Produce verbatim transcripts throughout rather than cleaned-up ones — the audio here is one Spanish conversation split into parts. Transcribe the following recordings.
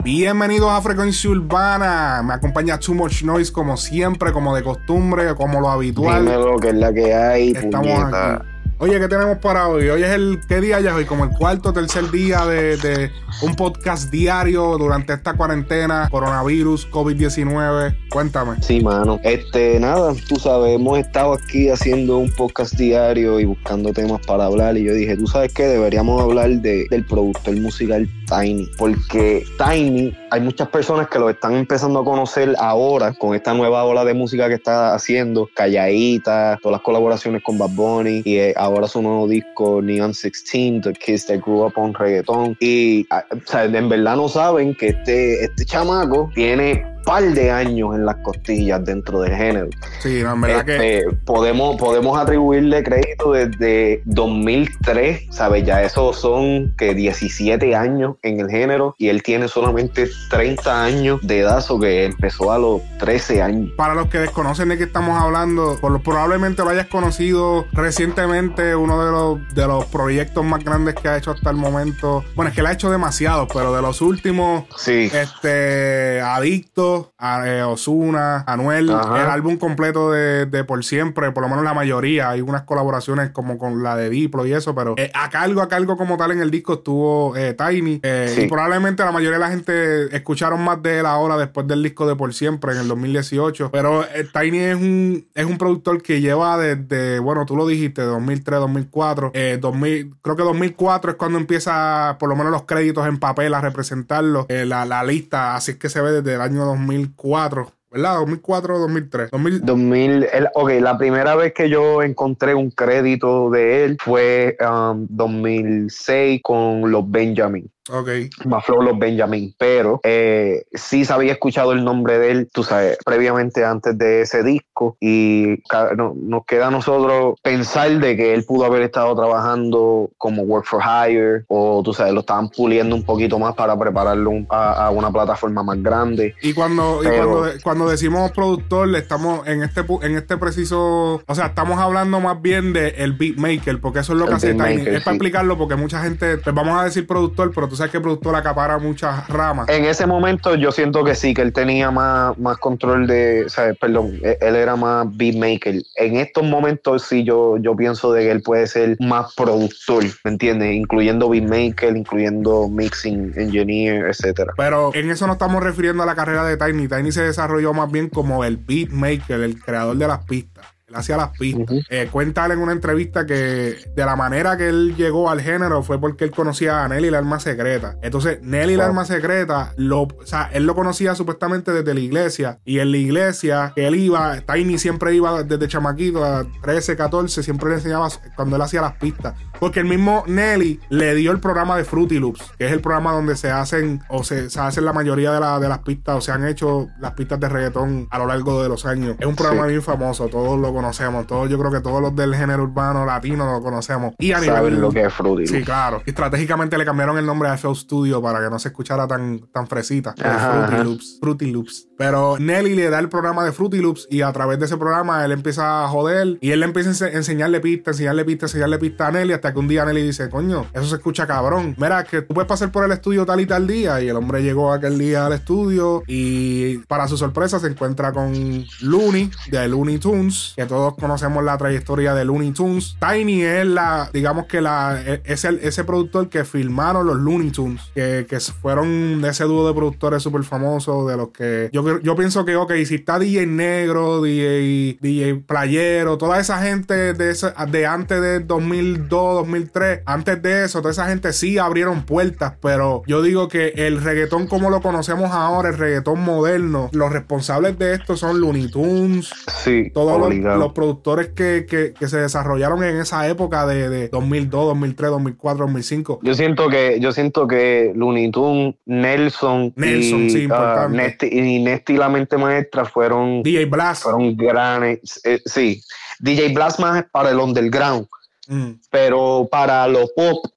Bienvenidos a Frecuencia Urbana. Me acompaña Too Much Noise como siempre, como de costumbre, como lo habitual. Dímelo, que es la que hay, Estamos puñeta. aquí. Oye, ¿qué tenemos para hoy? Hoy es el, ¿qué día ya es hoy? Como el cuarto o tercer día de, de un podcast diario durante esta cuarentena, coronavirus, covid diecinueve. Cuéntame. Sí, mano. Este, nada, tú sabes, hemos estado aquí haciendo un podcast diario y buscando temas para hablar. Y yo dije, ¿tú sabes qué? Deberíamos hablar de, del productor musical Tiny. Porque Tiny, hay muchas personas que lo están empezando a conocer ahora con esta nueva ola de música que está haciendo. Calladita, todas las colaboraciones con Bad Bunny y eh, ahora su nuevo disco Neon dieciséis, The Kids That Grew Up on Reggaeton. Y o sea, en verdad no saben que este, este chamaco tiene par de años en las costillas dentro del género. Sí, no, en verdad este, que podemos, podemos atribuirle crédito desde dos mil tres, ¿sabes? Ya esos son que diecisiete años en el género y él tiene solamente treinta años de edad, o que empezó a los trece años. Para los que desconocen de qué estamos hablando, por lo, probablemente lo hayas conocido recientemente, uno de los, de los proyectos más grandes que ha hecho hasta el momento. Bueno, es que él ha hecho demasiados, pero de los últimos, sí. este, Adicto, a eh, Ozuna, Anuel, Ajá. el álbum completo de, de Por Siempre, por lo menos la mayoría. Hay unas colaboraciones como con la de Diplo y eso, pero eh, a cargo, a cargo como tal en el disco estuvo eh, Tiny. Eh, sí. Y probablemente la mayoría de la gente escucharon más de él ahora después del disco de Por Siempre en el dos mil dieciocho. Pero eh, Tiny es un, es un productor que lleva desde, bueno, tú lo dijiste, dos mil tres, dos mil cuatro. Eh, dos mil, creo que dos mil cuatro es cuando empieza por lo menos los créditos en papel a representarlo. Eh, la, la lista, así es que se ve desde el año dos mil cuatro. ¿Verdad? ¿dos mil cuatro o dos mil tres? dos mil... dos mil, el, ok, la primera vez que yo encontré un crédito de él fue um, dos mil seis con los Benjamin. Ok. Más Flow los Benjamin, pero eh, sí se había escuchado el nombre de él, tú sabes, previamente antes de ese disco, y no, nos queda a nosotros pensar de que él pudo haber estado trabajando como Work for Hire, o tú sabes, lo estaban puliendo un poquito más para prepararlo un, a, a una plataforma más grande. Y cuando, pero, y cuando, cuando decimos productor, le estamos en este en este preciso, o sea, estamos hablando más bien de el beatmaker, porque eso es lo que hace Tiny. Es sí. para explicarlo, porque mucha gente, pues vamos a decir productor, pero tú sabes que el productor acapara muchas ramas. En ese momento yo siento que sí, que él tenía más, más control de, o sea, perdón, él era más beatmaker. En estos momentos sí yo, yo pienso de que él puede ser más productor, ¿me entiendes? Incluyendo beatmaker, incluyendo mixing engineer, etcétera. Pero en eso no estamos refiriendo a la carrera de Tiny. Tiny se desarrolló más bien como el beatmaker, el creador de las pistas. Él hacía las pistas. Uh-huh. Eh, cuenta él en una entrevista que de la manera que él llegó al género fue porque él conocía a Nelly la Alma Secreta. Entonces, Nelly wow. la Alma Secreta, lo, o sea, él lo conocía supuestamente desde la iglesia. Y en la iglesia que él iba, Tiny siempre iba desde chamaquito a trece, catorce, siempre le enseñaba cuando él hacía las pistas. Porque el mismo Nelly le dio el programa de Fruity Loops, que es el programa donde se hacen, o se, se hacen la mayoría de, la, de las pistas, o se han hecho las pistas de reggaetón a lo largo de los años. Es un programa sí. bien famoso, todos lo conocemos, todos, yo creo que todos los del género urbano latino lo conocemos. Y a Saben nivel, lo que es Fruity Loops. Sí, claro. Y estratégicamente le cambiaron el nombre a F L Studio para que no se escuchara tan, tan fresita. Ajá, Fruity ajá. Loops, Fruity Loops. Pero Nelly le da el programa de Fruity Loops y a través de ese programa él empieza a joder y él le empieza a enseñarle pistas, enseñarle pistas, enseñarle pistas a Nelly, hasta que un día Nelly dice, coño, eso se escucha cabrón. Mira, que tú puedes pasar por el estudio tal y tal día. Y el hombre llegó aquel día al estudio y para su sorpresa se encuentra con Looney de Looney Tunes, que todos conocemos la trayectoria de Looney Tunes. Tiny es la, digamos que la, es el, ese productor que filmaron los Looney Tunes, que, que fueron ese dúo de productores súper famosos, de los que yo, yo pienso que, ok, si está D J Negro, D J, D J Playero, toda esa gente de, ese, de antes de dos mil dos, dos mil tres, antes de eso, toda esa gente sí abrieron puertas, pero yo digo que el reggaetón como lo conocemos ahora, el reggaetón moderno, los responsables de esto son Looney Tunes, sí, todos los, los productores que, que, que se desarrollaron en esa época de, de dos mil dos, dos mil tres, dos mil cuatro, dos mil cinco. Yo siento que, yo siento que Looney Tunes, Nelson, Nelson, y, sí, importante. Uh, Nesty, y Nesty la mente maestra fueron D J Blast. Fueron grandes, eh, sí. D J Blast más para el underground. Mm. Pero para lo pop,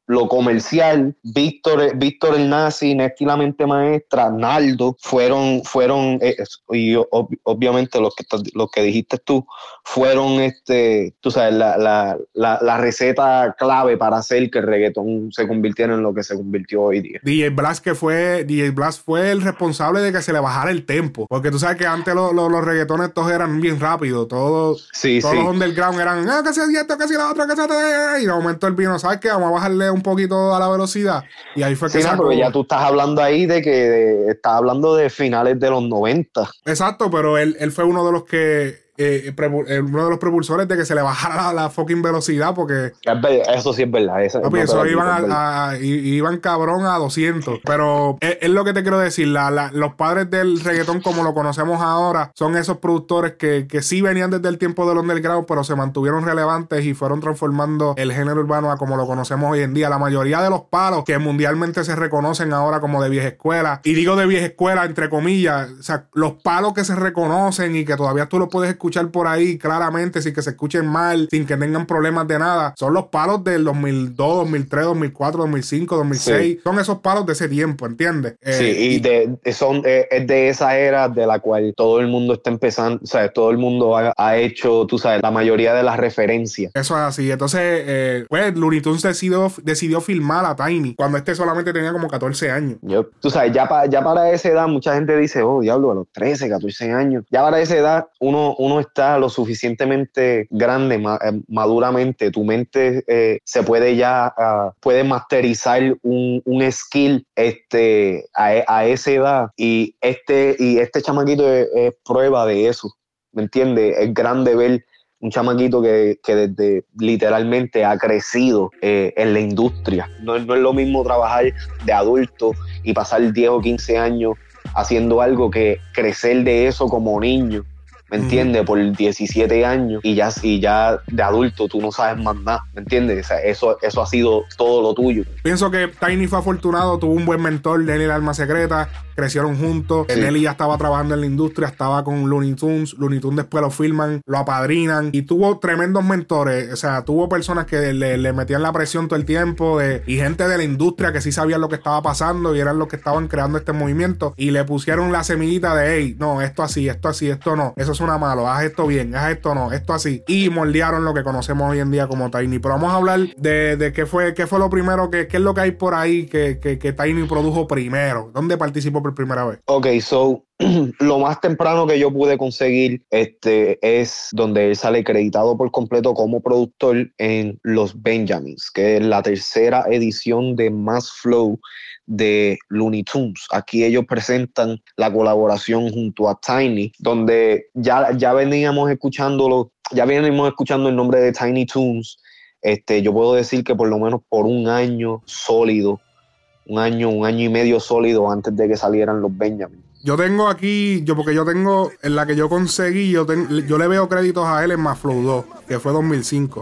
lo comercial, Víctor, Víctor el Nazi, Néstor la Mente Maestra, Naldo, fueron, fueron eh, y ob, obviamente los que, los que dijiste tú, fueron, este, tú sabes, la, la, la, la receta clave para hacer que el reggaetón se convirtiera en lo que se convirtió hoy día. D J Blast que fue, D J Blast fue el responsable de que se le bajara el tempo, porque tú sabes que antes lo, lo, los reggaetones todos eran bien rápidos, todos, sí, todos sí. los underground eran, ah, casi esto, casi la otra, casi y de momento el vino, ¿sabes qué? Vamos a bajarle un poquito a la velocidad, y ahí fue que sí, sacó... no, pero ya tú estás hablando ahí de que de, estás hablando de finales de los noventa. Exacto, pero él, él fue uno de los que Eh, uno de los propulsores de que se le bajara la, la fucking velocidad, porque eso sí es verdad. Eso, papi, no eso iban, es verdad. a, a, iban cabrón a doscientos. Pero es, es lo que te quiero decir, la, la, los padres del reggaetón como lo conocemos ahora son esos productores que, que sí venían desde el tiempo del underground, pero se mantuvieron relevantes y fueron transformando el género urbano a como lo conocemos hoy en día. La mayoría de los palos que mundialmente se reconocen ahora como de vieja escuela, y digo de vieja escuela entre comillas, o sea, los palos que se reconocen y que todavía tú los puedes escuchar por ahí claramente sin que se escuchen mal, sin que tengan problemas de nada, son los palos del dos mil dos, dos mil tres, dos mil cuatro, dos mil cinco, dos mil seis, sí. Son esos palos de ese tiempo, ¿entiendes? Eh, sí, y, y de, son, eh, es de esa era de la cual todo el mundo está empezando, o sea, todo el mundo ha, ha hecho, tú sabes, la mayoría de las referencias. Eso es así, entonces, eh, pues, Looney Tunes decidió, decidió filmar a Tiny cuando este solamente tenía como catorce años. Yo, tú sabes, ya, pa, ya para esa edad mucha gente dice, oh, diablo, a los trece, catorce años, ya para esa edad uno, uno está lo suficientemente grande, ma, eh, maduramente, tu mente eh, se puede ya, uh, puede masterizar un, un skill este, a, a esa edad, y este, y este chamaquito es, es prueba de eso, ¿me entiendes? Es grande ver un chamaquito que, que desde literalmente ha crecido eh, en la industria. No, no es lo mismo trabajar de adulto y pasar diez o quince años haciendo algo que crecer de eso como niño, ¿me entiendes? Mm. Por diecisiete años y ya, y ya de adulto tú no sabes más nada, ¿me entiendes? O sea, eso, eso ha sido todo lo tuyo. Pienso que Tiny fue afortunado, tuvo un buen mentor, Nelly la Alma Secreta, crecieron juntos. Sí. Nelly ya estaba trabajando en la industria, estaba con Looney Tunes, Looney Tunes después lo filman, lo apadrinan y tuvo tremendos mentores, o sea, tuvo personas que le, le metían la presión todo el tiempo de, y gente de la industria que sí sabían lo que estaba pasando y eran los que estaban creando este movimiento y le pusieron la semillita de, hey, no, esto así, esto así, esto no, eso suena malo, haz esto bien, haz esto no, esto así, y moldearon lo que conocemos hoy en día como Tiny. Pero vamos a hablar de, de qué fue, qué fue lo primero, que, qué es lo que hay por ahí que, que, que Tiny produjo primero, ¿dónde participó por primera vez? Ok, so lo más temprano que yo pude conseguir este, es donde él sale acreditado por completo como productor en Los Benjamins, que es la tercera edición de Mass Flow de Looney Tunes. Aquí ellos presentan la colaboración junto a Tiny, donde ya, ya veníamos escuchándolo, ya veníamos escuchando el nombre de Tiny Toons. Este, yo puedo decir que por lo menos por un año sólido, un año, un año y medio sólido antes de que salieran Los Benjamins. Yo tengo aquí, yo porque yo tengo, en la que yo conseguí, yo, ten, yo le veo créditos a él en Mass Flow dos, que fue dos mil cinco.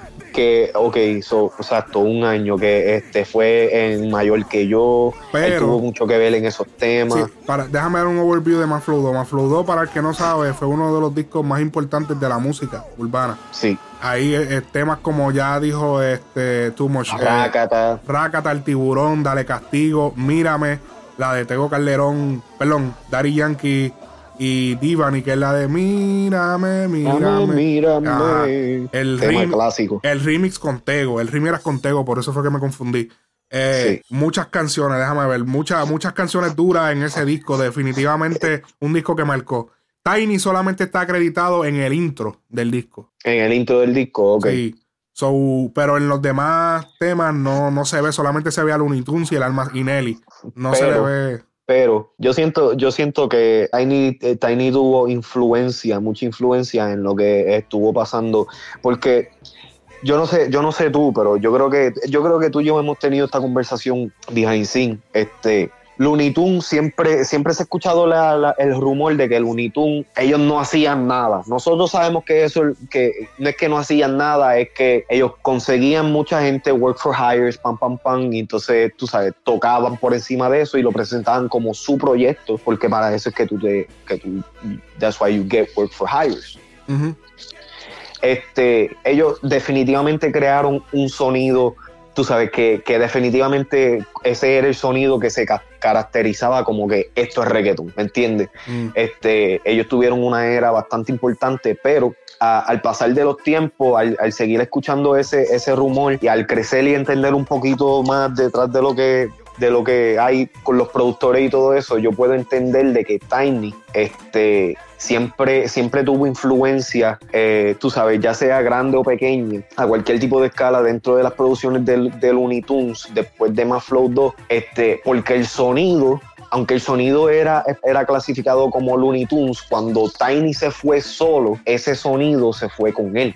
Que, ok, so, exacto, un año que este fue en mayor que yo. Pero él tuvo mucho que ver en esos temas. Sí, para, déjame dar un overview de Mass Flow dos. Mass Flow dos, para el que no sabe, fue uno de los discos más importantes de la música urbana. Sí. Ahí eh, temas como ya dijo este Too Much, Rácata. Eh, Rácata, El Tiburón, Dale Castigo, Mírame, la de Tego Calderón, perdón, Daddy Yankee y Divani, que es la de Mírame, Mírame. Mírame. Ajá. El, tema rem- clásico. El remix con Tego. El remix era con Tego, por eso fue que me confundí. Eh, sí. Muchas canciones, déjame ver. Muchas, muchas canciones duras en ese disco. Definitivamente un disco que marcó. Tiny solamente está acreditado en el intro del disco. En el intro del disco, ok. Sí. So, pero en los demás temas no, no se ve, solamente se ve a Looney Tunes y el Alma y Nelly. No pero, se le ve. Pero yo siento, yo siento que Tiny, eh, Tiny tuvo influencia, mucha influencia en lo que estuvo pasando. Porque yo no sé, yo no sé tú, pero yo creo que, yo creo que tú y yo hemos tenido esta conversación behind scene. Este. Looney Tunes siempre, siempre se ha escuchado la, la, el rumor de que Looney Tunes, ellos no hacían nada. Nosotros sabemos que eso, que no es que no hacían nada, es que ellos conseguían mucha gente, work for hires, pam, pam, pam, y entonces, tú sabes, tocaban por encima de eso y lo presentaban como su proyecto, porque para eso es que tú te, que tú, that's why you get work for hires. Uh-huh. Este, ellos definitivamente crearon un sonido tú sabes que, que definitivamente ese era el sonido que se ca- caracterizaba como que esto es reggaeton, ¿me entiendes? Mm. Este, ellos tuvieron una era bastante importante, pero a, al pasar de los tiempos, al, al seguir escuchando ese, ese rumor y al crecer y entender un poquito más detrás de lo que de lo que hay con los productores y todo eso, yo puedo entender de que Tiny este, siempre, siempre tuvo influencia, eh, tú sabes, ya sea grande o pequeña, a cualquier tipo de escala dentro de las producciones del, de Looney Tunes, después de Maflow dos, este, porque el sonido, aunque el sonido era, era clasificado como Looney Tunes, cuando Tiny se fue solo, ese sonido se fue con él.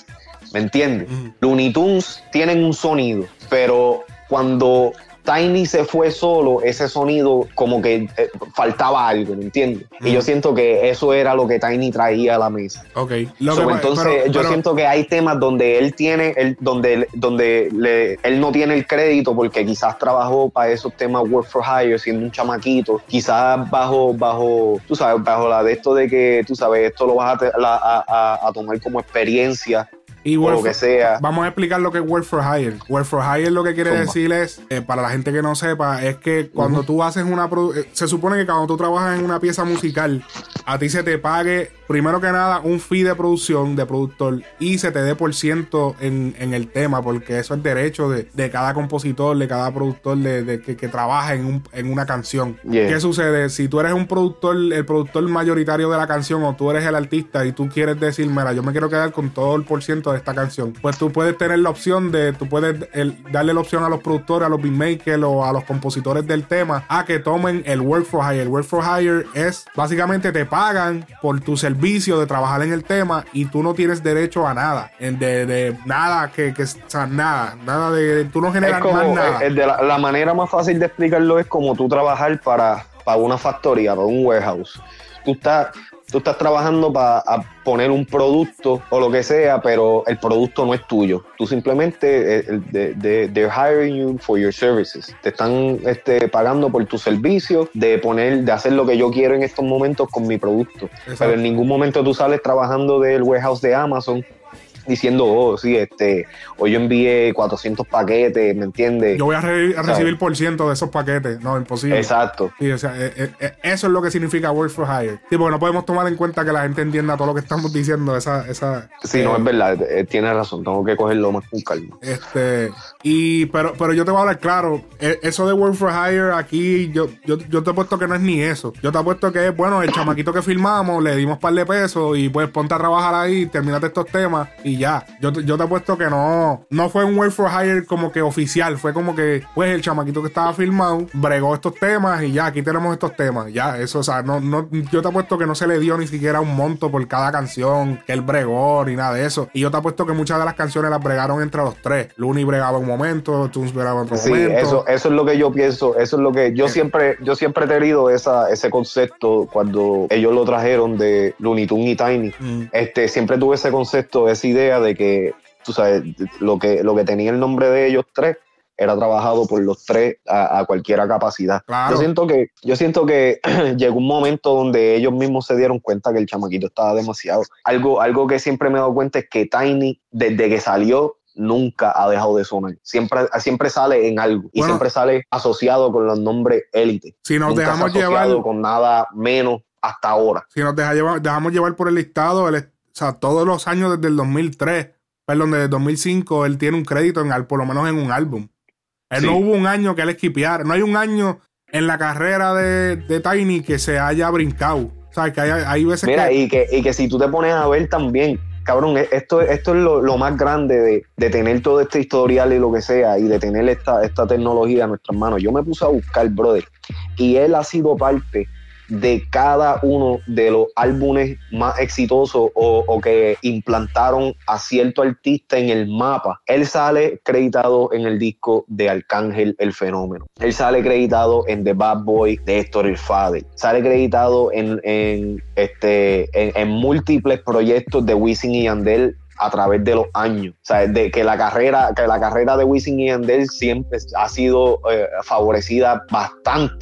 ¿Me entiendes? Mm. Looney Tunes tienen un sonido, pero cuando Tiny se fue solo, ese sonido como que eh, faltaba algo, ¿me entiendes? Mm. Y yo siento que eso era lo que Tiny traía a la mesa. Ok. Lo so, que, entonces pero, yo pero, siento que hay temas donde él tiene, él, donde, donde le, él no tiene el crédito porque quizás trabajó para esos temas Work for Hire siendo un chamaquito, quizás bajo, bajo, tú sabes, bajo la de esto de que, tú sabes, esto lo vas a, la, a, a, a tomar como experiencia. Y o lo que sea. Vamos a explicar lo que es Work for Hire. Work for Hire lo que quiere Toma. decir es, eh, para la gente que no sepa, es que cuando uh-huh. tú haces una... Produ- se supone que cuando tú trabajas en una pieza musical, a ti se te pague, primero que nada, un fee de producción, de productor, y se te dé por ciento en, en el tema, porque eso es derecho de, de cada compositor, de cada productor de, de que, que trabaja en, un, en una canción. Yeah. ¿Qué sucede? Si tú eres un productor, el productor mayoritario de la canción, o tú eres el artista y tú quieres decir, mira, yo me quiero quedar con todo el por ciento de esta canción, pues tú puedes tener la opción de, tú puedes el, darle la opción a los productores, a los beatmakers o a los compositores del tema a que tomen el Work for Hire. El Work for Hire es, básicamente te pagan por tu servicio de trabajar en el tema y tú no tienes derecho a nada, de, de nada que, que, o sea, nada, nada de, tú no generas como, más nada. Es de la, la manera más fácil de explicarlo es como tú trabajar para, para una factoría, para un warehouse. Tú estás Tú estás trabajando para poner un producto o lo que sea, pero el producto no es tuyo. Tú simplemente, eh, de, de, they're hiring you for your services. Te están este, pagando por tu servicio de poner, de hacer lo que yo quiero en estos momentos con mi producto. Exacto. Pero en ningún momento tú sales trabajando del warehouse de Amazon diciendo, oh, sí, este, hoy yo envié cuatrocientos paquetes, ¿me entiendes? Yo voy a, re- a recibir por ciento de esos paquetes. No, imposible. Exacto. Sí, o sea, eh, eh, eso es lo que significa Work for Hire. Sí, porque no podemos tomar en cuenta que la gente entienda todo lo que estamos diciendo. Esa, esa, sí, eh, no, es verdad. Eh, tienes razón. Tengo que cogerlo más con calma. Este, y, pero, pero yo te voy a hablar claro. Eh, eso de Work for Hire aquí, yo, yo, yo te apuesto que no es ni eso. Yo te apuesto que es, bueno, el chamaquito que filmamos, le dimos par de pesos y pues ponte a trabajar ahí, terminate estos temas y ya. Yo, yo te apuesto que no, no fue un Work for Hire como que oficial, fue como que, pues, el chamaquito que estaba filmado bregó estos temas y ya, aquí tenemos estos temas. Ya, eso, o sea, no, no, yo te apuesto que no se le dio ni siquiera un monto por cada canción, que él bregó, ni nada de eso. Y yo te apuesto que muchas de las canciones las bregaron entre los tres. Looney bregaba un momento, Tunes bregaba en otro sí, momento. Eso, eso es lo que yo pienso, eso es lo que yo eh. siempre, yo siempre he tenido esa, ese concepto cuando ellos lo trajeron de Looney Tunes y Tiny. Mm. Este, siempre tuve ese concepto, esa idea de que tú sabes, lo que, lo que tenía el nombre de ellos tres era trabajado por los tres a, a cualquier capacidad. Claro. Yo siento que, yo siento que llegó un momento donde ellos mismos se dieron cuenta que el chamaquito estaba demasiado. Algo, algo que siempre me he dado cuenta es que Tiny, desde que salió, nunca ha dejado de sonar. Siempre, siempre sale en algo. Y bueno, siempre sale asociado con los nombres élite. Si nos nunca dejamos se ha asociado llevar con nada menos hasta ahora. Si nos deja llevar, dejamos llevar por el listado, el, o sea, todos los años desde el dos mil tres, perdón, desde el dos mil cinco, él tiene un crédito en por lo menos en un álbum. Él sí. No hubo un año que él esquipeara. No hay un año en la carrera de, de Tiny que se haya brincado. O sea, que hay, hay veces Mira, que... y que... y que si tú te pones a ver también, cabrón, esto, esto es lo, lo más grande de, de tener todo este historial y lo que sea, y de tener esta, esta tecnología en nuestras manos. Yo me puse a buscar, brother, y él ha sido parte de cada uno de los álbumes más exitosos o, o que implantaron a cierto artista en el mapa. Él sale acreditado en el disco de Arcángel El Fenómeno. Él sale acreditado en The Bad Boy de Héctor el Father. Sale acreditado en, en, este, en, en múltiples proyectos de Wisin y Yandel a través de los años. O sea, de que la carrera, que la carrera de Wisin y Yandel siempre ha sido eh, favorecida bastante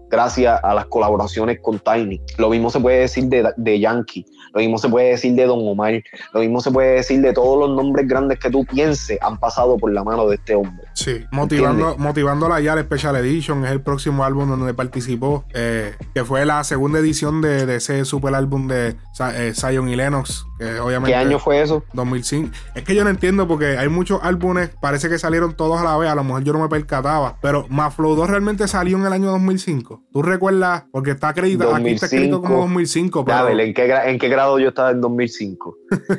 gracias a las colaboraciones con Tiny. Lo mismo se puede decir de, de Yankee, lo mismo se puede decir de Don Omar, lo mismo se puede decir de todos los nombres grandes que tú pienses han pasado por la mano de este hombre. Sí, motivando, motivándola ya, el Special Edition es el próximo álbum donde participó, eh, que fue la segunda edición de, de ese super álbum de eh, Zion y Lennox. Que obviamente, ¿qué año fue eso? dos mil cinco. Es que yo no entiendo porque hay muchos álbumes, parece que salieron todos a la vez, a lo mejor yo no me percataba, pero Maflow dos realmente salió en el año dos mil cinco. ¿Tú recuerdas? Porque está acreditado, aquí está escrito como dos mil cinco. Pero... A ver, ¿en qué, ¿en qué grado yo estaba en dos mil cinco?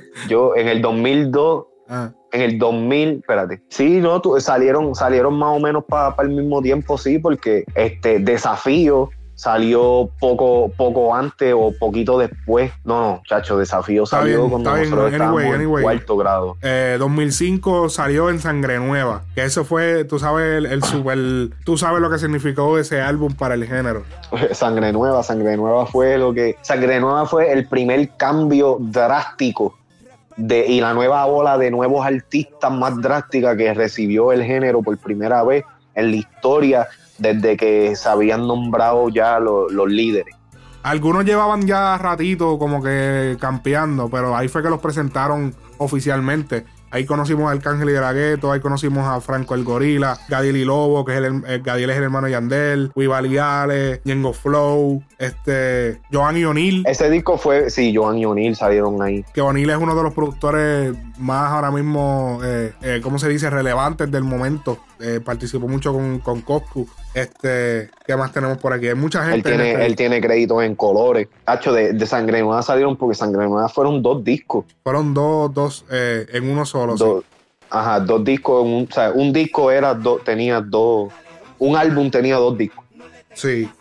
Yo en el dos mil dos... Ah. En el dos mil, espérate. Sí, no, tú, salieron, salieron más o menos para pa el mismo tiempo, sí, porque este Desafío salió poco, poco antes o poquito después. No, no, chacho, Desafío está salió bien, cuando nosotros bien. estábamos anyway, anyway. en cuarto grado. Eh, dos mil cinco salió en Sangre Nueva, que eso fue, tú sabes, el, el super, tú sabes lo que significó ese álbum para el género. Sangre Nueva, Sangre Nueva fue lo que, Sangre Nueva fue el primer cambio drástico De, y la nueva ola de nuevos artistas más drástica que recibió el género por primera vez en la historia desde que se habían nombrado ya los, los líderes. Algunos llevaban ya ratito como que campeando, pero ahí fue que los presentaron oficialmente. Ahí conocimos a Arcángel y de la Ghetto, ahí conocimos a Franco el Gorila, Gadiel y Lobo, que es el, el Gadiel es el hermano de Yandel, Wibali Ale, Ñengo Flow, este, Joan y O'Neill. Ese disco fue, sí, Joan y O'Neill salieron ahí. Que O'Neill es uno de los productores más ahora mismo, eh, eh, ¿cómo se dice? Relevantes del momento. Eh, participó mucho con, con Coscu. Este, ¿qué más tenemos por aquí? Hay mucha gente. Él tiene, este... él tiene créditos en colores. Hacho, de, de Sangre Nueva salieron porque Sangre Nueva fueron dos discos. Fueron dos, dos eh, en uno solo. Do, sí. Ajá, dos discos. Un, o sea, un disco era do, tenía dos. Un álbum tenía dos discos. Sí.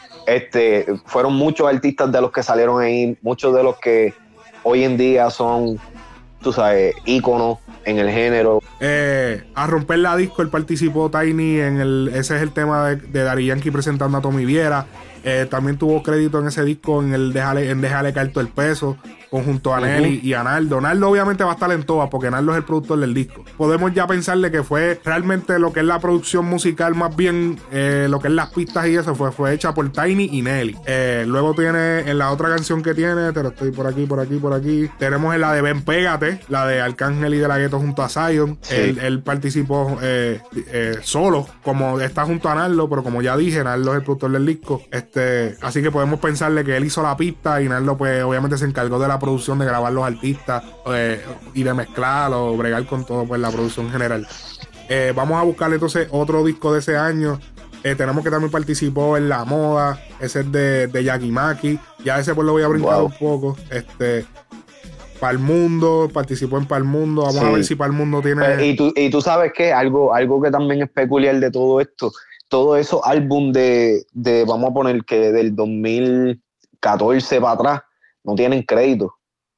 Este, fueron muchos artistas de los que salieron ahí, muchos de los que hoy en día son, tú sabes, íconos en el género. Eh, a romper la disco, él participó Tiny en el, ese es el tema de, de Daddy Yankee presentando a Tommy Viera. Eh, también tuvo crédito en ese disco en el Déjale, en Déjale Caer Todo el Peso, conjunto a Nelly uh-huh. y a Naldo. Naldo obviamente va a estar en todas porque Naldo es el productor del disco. Podemos ya pensarle que fue realmente lo que es la producción musical, más bien eh, lo que es las pistas y eso fue, fue hecha por Tiny y Nelly. Eh, luego tiene en la otra canción que tiene, te lo estoy por aquí, por aquí, por aquí. Tenemos en la de Ven Pégate, la de Arcángel y de la Ghetto junto a Zion. Sí. Él, él participó eh, eh, solo, como está junto a Naldo, pero como ya dije, Naldo es el productor del disco. Este, así que podemos pensarle que él hizo la pista y Naldo pues obviamente se encargó de la producción, de grabar los artistas eh, y de mezclar o bregar con todo pues la producción general. Eh, vamos a buscarle entonces otro disco de ese año. Eh, tenemos que también participó en La Moda, ese es de, de Yaki Maki. Ya ese pues lo voy a brincar wow. un poco. Este, Pa'l Mundo, participó en Pa'l Mundo. Vamos sí. a ver si Pa'l Mundo tiene. Eh, y, tú, y tú sabes que algo, algo que también es peculiar de todo esto, todos esos álbumes de, de, vamos a poner que del dos mil catorce para atrás, no tienen crédito.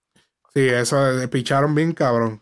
Sí, eso eh, picharon bien, cabrón.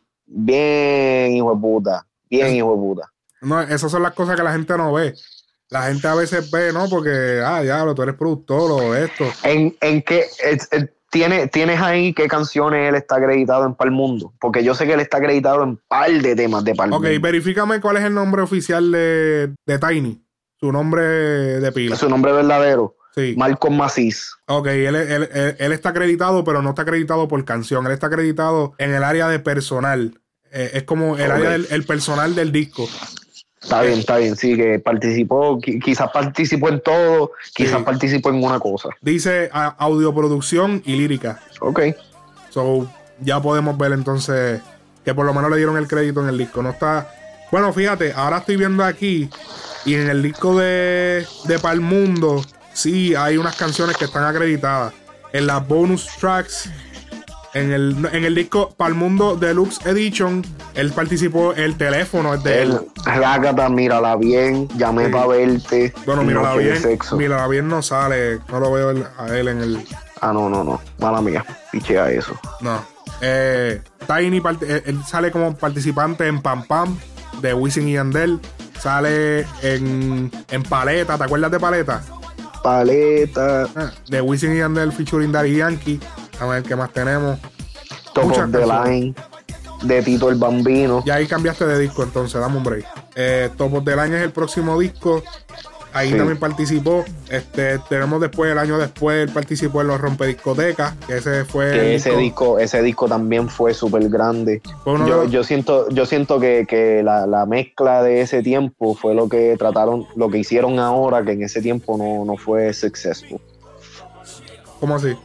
Bien, hijo de puta. Bien, es, hijo de puta. No, esas son las cosas que la gente no ve. La gente a veces ve, ¿no? Porque, ah, diablo, tú eres productor o esto. ¿En, en qué es, es, tiene, tienes ahí qué canciones él está acreditado en Pa'l Mundo? Porque yo sé que él está acreditado en par de temas de Pa'l Mundo. Ok, verifícame cuál es el nombre oficial de, de Tiny. Su nombre de pila. Su nombre verdadero. Sí. Malcolm Macis. Ok, él, él, él, él está acreditado, pero no está acreditado por canción. Él está acreditado en el área de personal. Eh, es como el okay. área del el personal del disco. Está eh, bien, está bien. Sí, que participó, quizás participó en todo, quizás sí. participó en una cosa. Dice a, audioproducción y lírica. Ok. So, ya podemos ver entonces que por lo menos le dieron el crédito en el disco. No está... Bueno, fíjate, ahora estoy viendo aquí y en el disco de, de Pa'l Mundo... Sí, hay unas canciones que están acreditadas. En las bonus tracks, en el, en el disco Pa'l Mundo Deluxe Edition, él participó, el teléfono es de él. Rágata, mírala bien, llamé sí. para verte. Bueno, mírala bien, mírala bien no sale, no lo veo a él en el... Ah, no, no, no, mala mía, pichea eso. No. Eh, Tiny, él sale como participante en Pam Pam, de Wisin y Yandel. Sale en, en Paleta, ¿te acuerdas de Paleta? Paleta. Ah, de Wisin y Yandel featuring Daddy Yankee. A ver qué más tenemos. Top of the Line de Tito el Bambino. Ya ahí cambiaste de disco entonces, dame un break. Eh, Top of the Line es el próximo disco. Ahí sí. También participó. Este, tenemos después, el año después, él participó en los Rompediscotecas, que ese fue. Que ese disco, ese disco también fue súper grande. Yo, de... yo siento, yo siento que, que la, la mezcla de ese tiempo fue lo que trataron, lo que hicieron ahora, que en ese tiempo no, no fue successful. ¿Cómo así?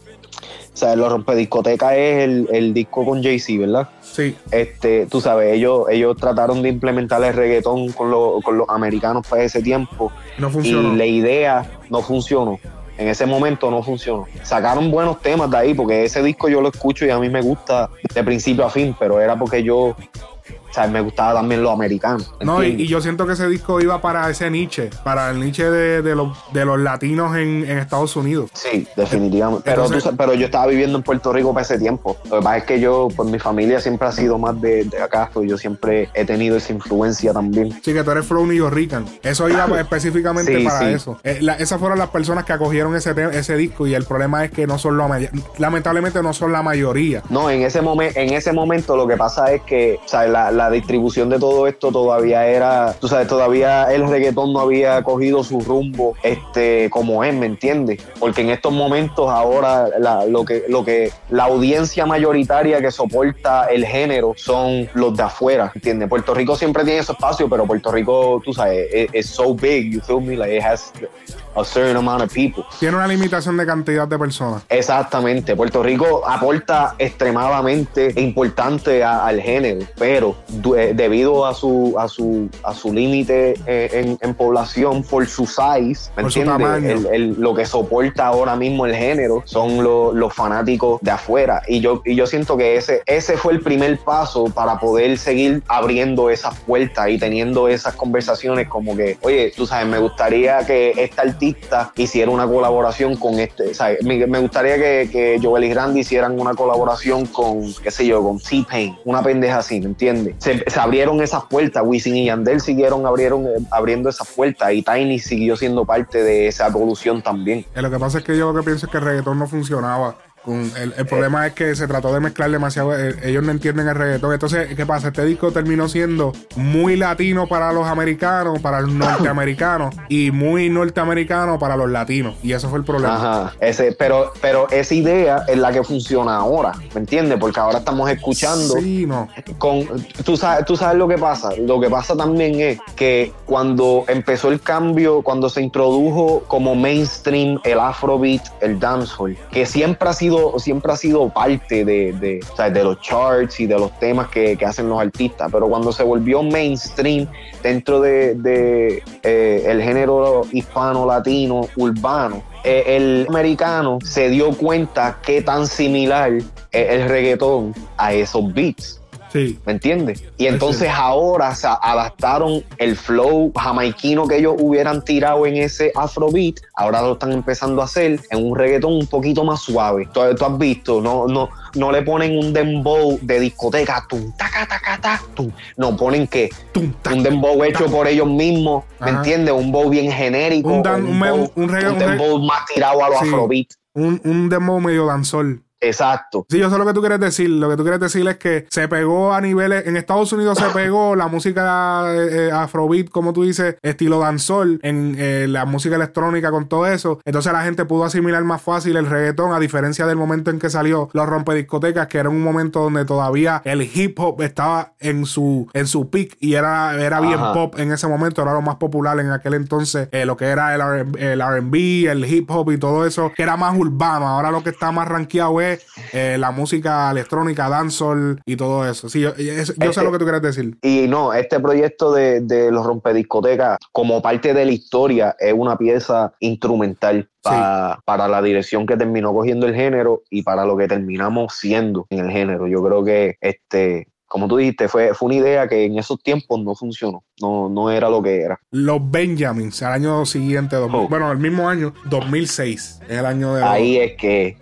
O sea, los Rompediscotecas es el, el disco con Jay-Z, ¿verdad? Sí. Este, tú sabes, ellos, ellos trataron de implementar el reggaetón con, lo, con los americanos para ese tiempo. No funcionó. Y la idea no funcionó. En ese momento no funcionó. Sacaron buenos temas de ahí, porque ese disco yo lo escucho y a mí me gusta de principio a fin, pero era porque yo... O sea, me gustaba también lo americano. No, y, y yo siento que ese disco iba para ese niche, para el niche de, de, los, de los latinos en, en Estados Unidos. Sí, definitivamente. Pero, Entonces, tú, pero yo estaba viviendo en Puerto Rico para ese tiempo. Lo que pasa es que yo, pues mi familia siempre ha sido más de, de acá, pues yo siempre he tenido esa influencia también. Sí, que tú eres flow New Rican. Eso iba específicamente sí, para sí. eso. Eh, la, esas fueron las personas que acogieron ese, ese disco y el problema es que no son lo lamentablemente no son la mayoría. No, en ese, momen, en ese momento lo que pasa es que, o sea, la, la distribución de todo esto todavía era, tú sabes, todavía el reggaetón no había cogido su rumbo este, como es, ¿me entiendes? Porque en estos momentos ahora la, lo que, lo que la audiencia mayoritaria que soporta el género son los de afuera, ¿entiendes? Puerto Rico siempre tiene ese espacio, pero Puerto Rico, tú sabes, es, es so big, you feel me? Like it has a certain amount of people. Tiene una limitación de cantidad de personas. Exactamente. Puerto Rico aporta extremadamente importante a, al género, pero de, debido a su a su a su límite en, en población por su size, ¿me por entiendes? Su tamaño. El, el, lo que soporta ahora mismo el género son lo, los fanáticos de afuera. Y yo y yo siento que ese ese fue el primer paso para poder seguir abriendo esas puertas y teniendo esas conversaciones como que, oye, tú sabes, me gustaría que esta hiciera una colaboración con este, o sea, me, me gustaría que, que Joel y Randy hicieran una colaboración con, qué sé yo, con T-Pain, una pendeja así, ¿me entiendes? Se, se abrieron esas puertas, Wisin y Yandel siguieron abrieron, eh, abriendo esas puertas y Tiny siguió siendo parte de esa evolución también. Eh, lo que pasa es que yo lo que pienso es que el reggaetón no funcionaba. El, el problema eh. es que se trató de mezclar demasiado. eh, Ellos no entienden el reggaetón. Entonces, ¿qué pasa? Este disco terminó siendo muy latino para los americanos, para los norteamericanos, y muy norteamericano para los latinos. Y eso fue el problema. Ajá. Ese, pero, pero esa idea es la que funciona ahora, ¿me entiendes? Porque ahora estamos escuchando. Sí, no. Con, tú, sabes, tú sabes lo que pasa. Lo que pasa también es que cuando empezó el cambio, cuando se introdujo como mainstream el afrobeat, el dancehall, que siempre ha sido siempre ha sido parte de, de, o sea, de los charts y de los temas que, que hacen los artistas, pero cuando se volvió mainstream dentro de, de eh, el género hispano, latino, urbano, eh, el americano se dio cuenta qué tan similar es el reggaetón a esos beats. Sí. ¿Me entiendes? Y entonces sí. Ahora se adaptaron el flow jamaiquino que ellos hubieran tirado en ese afrobeat, ahora lo están empezando a hacer en un reggaetón un poquito más suave. Tú, tú has visto, no, no, no le ponen un dembow de discoteca, tum, taca, taca, taca, tum. No, ponen que tum, taca, un dembow hecho taca. Por ellos mismos, ¿me Ajá. entiendes? Un bow bien genérico, un, dan, un, bow, un, un, regga, un dembow un más tirado a los sí. afrobeat. Un, un dembow medio danzol. Exacto. Sí, yo sé lo que tú quieres decir. Lo que tú quieres decir es que se pegó a niveles... En Estados Unidos se pegó la música eh, afrobeat, como tú dices, estilo dancehall, en eh, la música electrónica con todo eso. Entonces la gente pudo asimilar más fácil el reggaetón, a diferencia del momento en que salió los rompediscotecas, que era un momento donde todavía el hip hop estaba en su en su peak y era, era bien pop en ese momento. Era lo más popular en aquel entonces, eh, lo que era el, el R and B, el hip hop y todo eso, que era más urbano. Ahora lo que está más rankeado es Eh, la música electrónica, dancehall y todo eso. Sí, yo, yo este, sé lo que tú quieres decir. Y no, este proyecto de, de los rompediscotecas, como parte de la historia, es una pieza instrumental pa, sí. para la dirección que terminó cogiendo el género y para lo que terminamos siendo en el género. Yo creo que este... como tú dijiste, fue, fue una idea que en esos tiempos no funcionó. No, no era lo que era. Los Benjamins, al año siguiente, dos mil, oh. bueno, el mismo año, dos mil seis, es el año de... Ahí los, es que...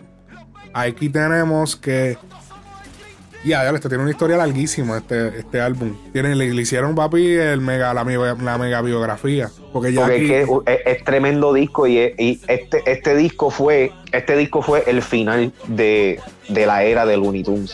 Aquí tenemos que... Ya, ya, este tiene una historia larguísima, este, este álbum. Tiene, le, le hicieron, papi, el mega, la, la mega biografía. Porque ya Porque aquí... es, que es, es tremendo disco y, es, y este, este disco fue este disco fue el final de, de la era de Looney Tunes.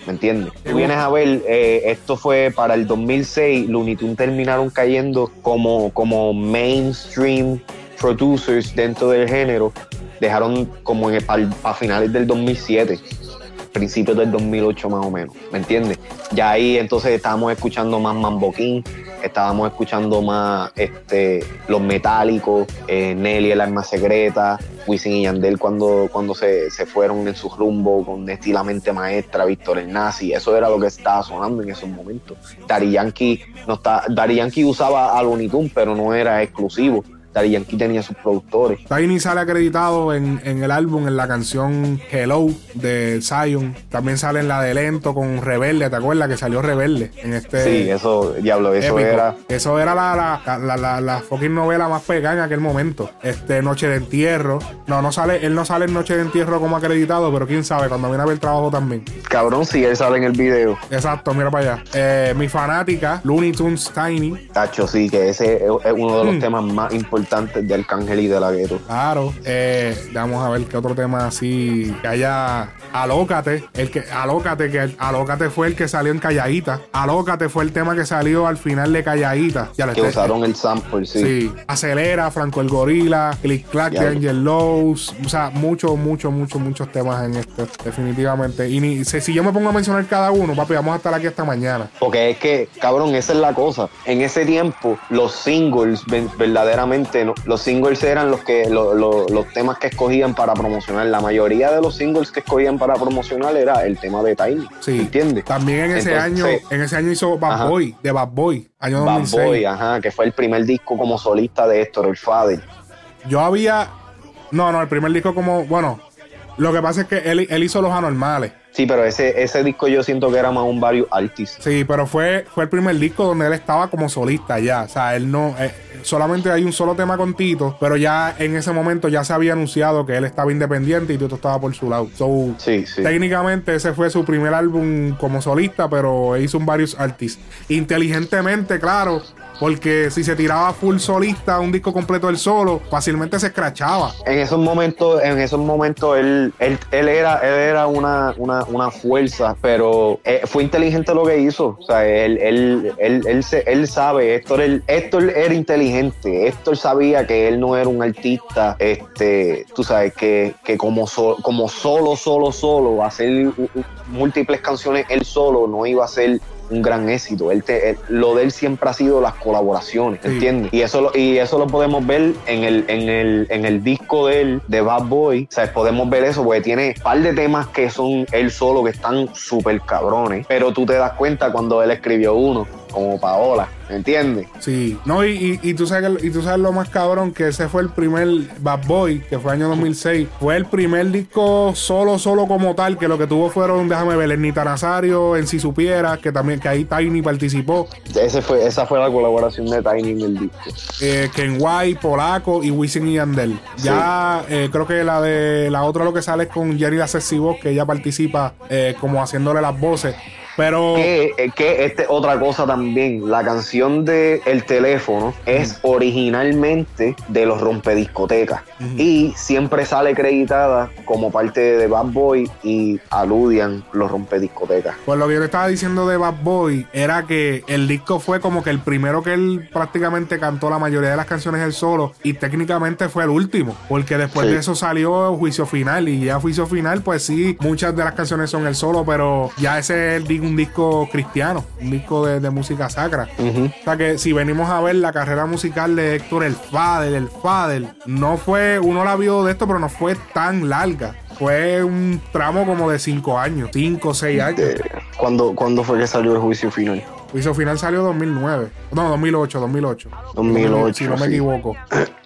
¿me entiendes? Tú vienes a ver, eh, esto fue para el dos mil seis, Looney Tunes terminaron cayendo como, como mainstream producers dentro del género, dejaron como en a finales del dos mil siete, principios del dos mil ocho más o menos, ¿me entiendes? Ya ahí entonces estábamos escuchando más Mambo King, estábamos escuchando más este, Los Metálicos, eh, Nelly, El Arma Secreta, Wisin y Yandel cuando, cuando se, se fueron en su rumbo con Estilo La Mente Maestra, Víctor el Nazi, eso era lo que estaba sonando en esos momentos. Daddy Yankee, no está, Daddy Yankee usaba a Looney Tunes, pero no era exclusivo. Daddy Yankee tenía sus productores. Tiny sale acreditado en, en el álbum, en la canción Hello de Zion. También sale en la de Lento con Rebelde, ¿te acuerdas? Que salió Rebelde en este. Sí, eso, diablo, eso épico. era. Eso era la, la, la, la, la fucking novela más pegada en aquel momento. Este, Noche de Entierro. No, no sale, él no sale en Noche de Entierro como acreditado, pero quién sabe, cuando viene a ver el trabajo también. Cabrón, sí, él sale en el video. Exacto, mira para allá. Eh, Mi Fanática, Looney Tunes Tiny. Tacho, sí, que ese es uno de los mm. temas más importantes de Arcángel y de La Ghetto. Claro, eh, vamos a ver qué otro tema así que haya. Alócate, el que Alócate, que Alócate fue el que salió en Calladita. Alócate fue el tema que salió al final de Calladita. Ya que esté, usaron el sample, sí. Sí. Acelera, Franco el Gorila, Click Clack de Angel Lowe's. O sea, muchos, muchos, muchos, muchos temas en esto, definitivamente. Y ni, si, si yo me pongo a mencionar cada uno, papi, vamos a estar aquí hasta mañana. Porque es que, cabrón, esa es la cosa. En ese tiempo, los singles, verdaderamente, ¿no? Los singles eran los que lo, lo, los temas que escogían para promocionar. La mayoría de los singles que escogían para promocionar era el tema de Tiny. Sí. ¿Entiendes? También en ese Entonces, año, en ese año hizo Bad ajá. Boy, de Bad Boy, año dos mil seis. Bad Boy, ajá, que fue el primer disco como solista de Héctor el Father. Yo había, no, no, el primer disco como, bueno, lo que pasa es que él, él hizo Los Anormales. Sí, pero ese, ese disco yo siento que era más un varios artist. Sí, pero fue, fue el primer disco donde él estaba como solista ya. O sea, él no... Eh, solamente hay un solo tema con Tito, pero ya en ese momento ya se había anunciado que él estaba independiente y Tito estaba por su lado. So, sí, sí. Técnicamente ese fue su primer álbum como solista, pero hizo un varios artists. Inteligentemente, claro, porque si se tiraba full solista, un disco completo él solo, fácilmente se escrachaba. En esos momentos, en esos momentos él, él, él era, él era una, una, una fuerza, pero eh, fue inteligente lo que hizo. O sea, él, él, él, él, él, se, él sabe, Héctor, él, Héctor era inteligente. Héctor sabía que él no era un artista, este, tú sabes, que, que como, so, como solo, solo, solo, hacer uh, uh, múltiples canciones él solo no iba a ser un gran éxito. Él te, él, lo de él siempre ha sido las colaboraciones, sí. ¿Entiendes? Y eso, y eso lo podemos ver en el, en el, en el disco de él, de Bad Boy. O sea, podemos ver eso porque tiene un par de temas que son él solo, que están súper cabrones, pero tú te das cuenta cuando él escribió uno, como Paola, ¿me entiendes? Sí, no, y, y, y, tú sabes que, y tú sabes lo más cabrón, que ese fue el primer Bad Boy, que fue año dos mil seis, fue el primer disco solo, solo como tal, que lo que tuvo fueron, déjame ver, Ernita Nazario, En Si Supieras, que también, que ahí Tiny participó. Ese fue, esa fue la colaboración de Tiny en el disco. Eh, Ken White, Polaco y Wisin y Yandel. Sí. Ya, eh, creo que la de, la otra lo que sale es con Jerry la Sexy Voz, que ella participa eh, como haciéndole las voces. Pero que, que este, otra cosa también, la canción de El Teléfono uh-huh. es originalmente de los Rompediscotecas uh-huh. y siempre sale creditada como parte de Bad Boy y aludian los Rompediscotecas. Pues lo que yo le estaba diciendo de Bad Boy era que el disco fue como que el primero que él prácticamente cantó la mayoría de las canciones él solo y técnicamente fue el último, porque después sí. de eso salió Juicio Final y ya Juicio Final pues sí, muchas de las canciones son él solo, pero ya ese es el disco un disco cristiano, un disco de, de música sacra. Uh-huh. O sea que si venimos a ver la carrera musical de Héctor el Father, el Father, no fue, uno la vio de esto, pero no fue tan larga. Fue un tramo como de cinco años, cinco o seis años. Eh, ¿cuándo, ¿Cuándo fue que salió el Juicio Final? Juicio Final salió en dos mil nueve. No, dos mil ocho, dos mil ocho. dos mil ocho, si no me sí. equivoco.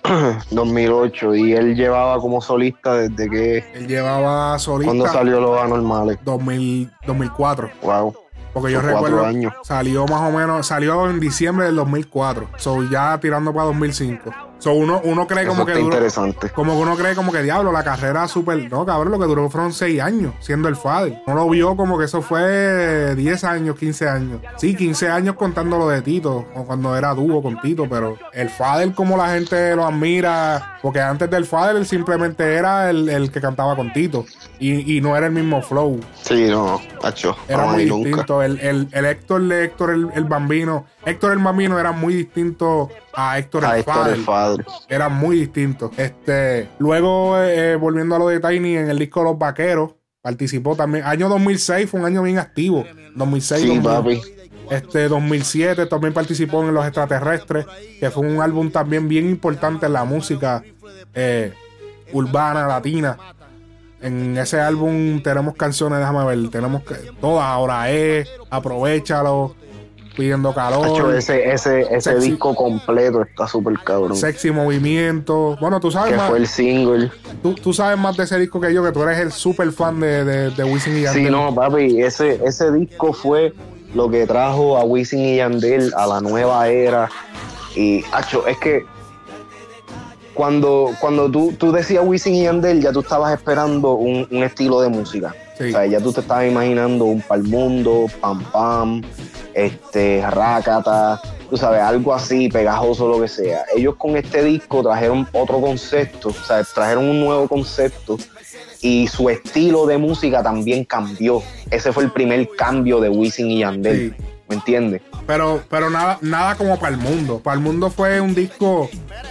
dos mil ocho, y él llevaba como solista desde que... Él llevaba solista... ¿Cuándo salió Los Anormales? dos mil, dos mil cuatro. Wow. Porque yo recuerdo, años. Salió más o menos, salió en diciembre del dos mil cuatro. So ya tirando para dos mil cinco. So uno, uno cree Eso como que está duró, interesante. como que uno cree como que diablo, la carrera súper. No, cabrón, lo que duró fueron seis años siendo el Fader. Uno lo vio como que eso fue diez años, quince años. Sí, quince años contando lo de Tito, o cuando era dúo con Tito, pero el Fader, como la gente lo admira, porque antes del Fader él simplemente era el, el que cantaba con Tito y, y no era el mismo flow. Sí, no, macho, Era no, muy ni nunca. distinto. El, el, el Héctor de Héctor el, el Bambino. Héctor el Bambino era muy distinto a Héctor A el Héctor Fader. el Fader. Era muy distinto. Este, luego, eh, volviendo a lo de Tiny, en el disco Los Vaqueros, participó también. Año dos mil seis fue un año bien activo. dos mil seis, Sí, dos mil, papi. este, dos mil siete también participó en Los Extraterrestres, que fue un álbum también bien importante en la música eh, urbana, latina. En ese álbum tenemos canciones, déjame ver, tenemos que, todas, Ahora es, Aprovechalo, Pidiendo Calor, Macho, ese, ese, ese Sexy. disco completo está súper cabrón. Sexy Movimiento. Bueno, tú sabes Que más, fue el single. tú, tú sabes más de ese disco que yo, que tú eres el super fan de, de, de Wisin y Yandel. Sí, no, papi, ese, ese disco fue lo que trajo a Wisin y Yandel a la nueva era. Y, acho, es que cuando, cuando tú, tú decías Wisin y Yandel, ya tú estabas esperando un, un estilo de música. Sí. O sea, ya tú te estabas imaginando un Palmundo, Pam Pam, este, Rácata, tú sabes, algo así, pegajoso, lo que sea. Ellos con este disco trajeron otro concepto, o sea, trajeron un nuevo concepto y su estilo de música también cambió. Ese fue el primer cambio de Wisin y Yandel, Sí. ¿me entiendes? Pero, pero nada, nada como Para el Mundo. Para el Mundo fue un disco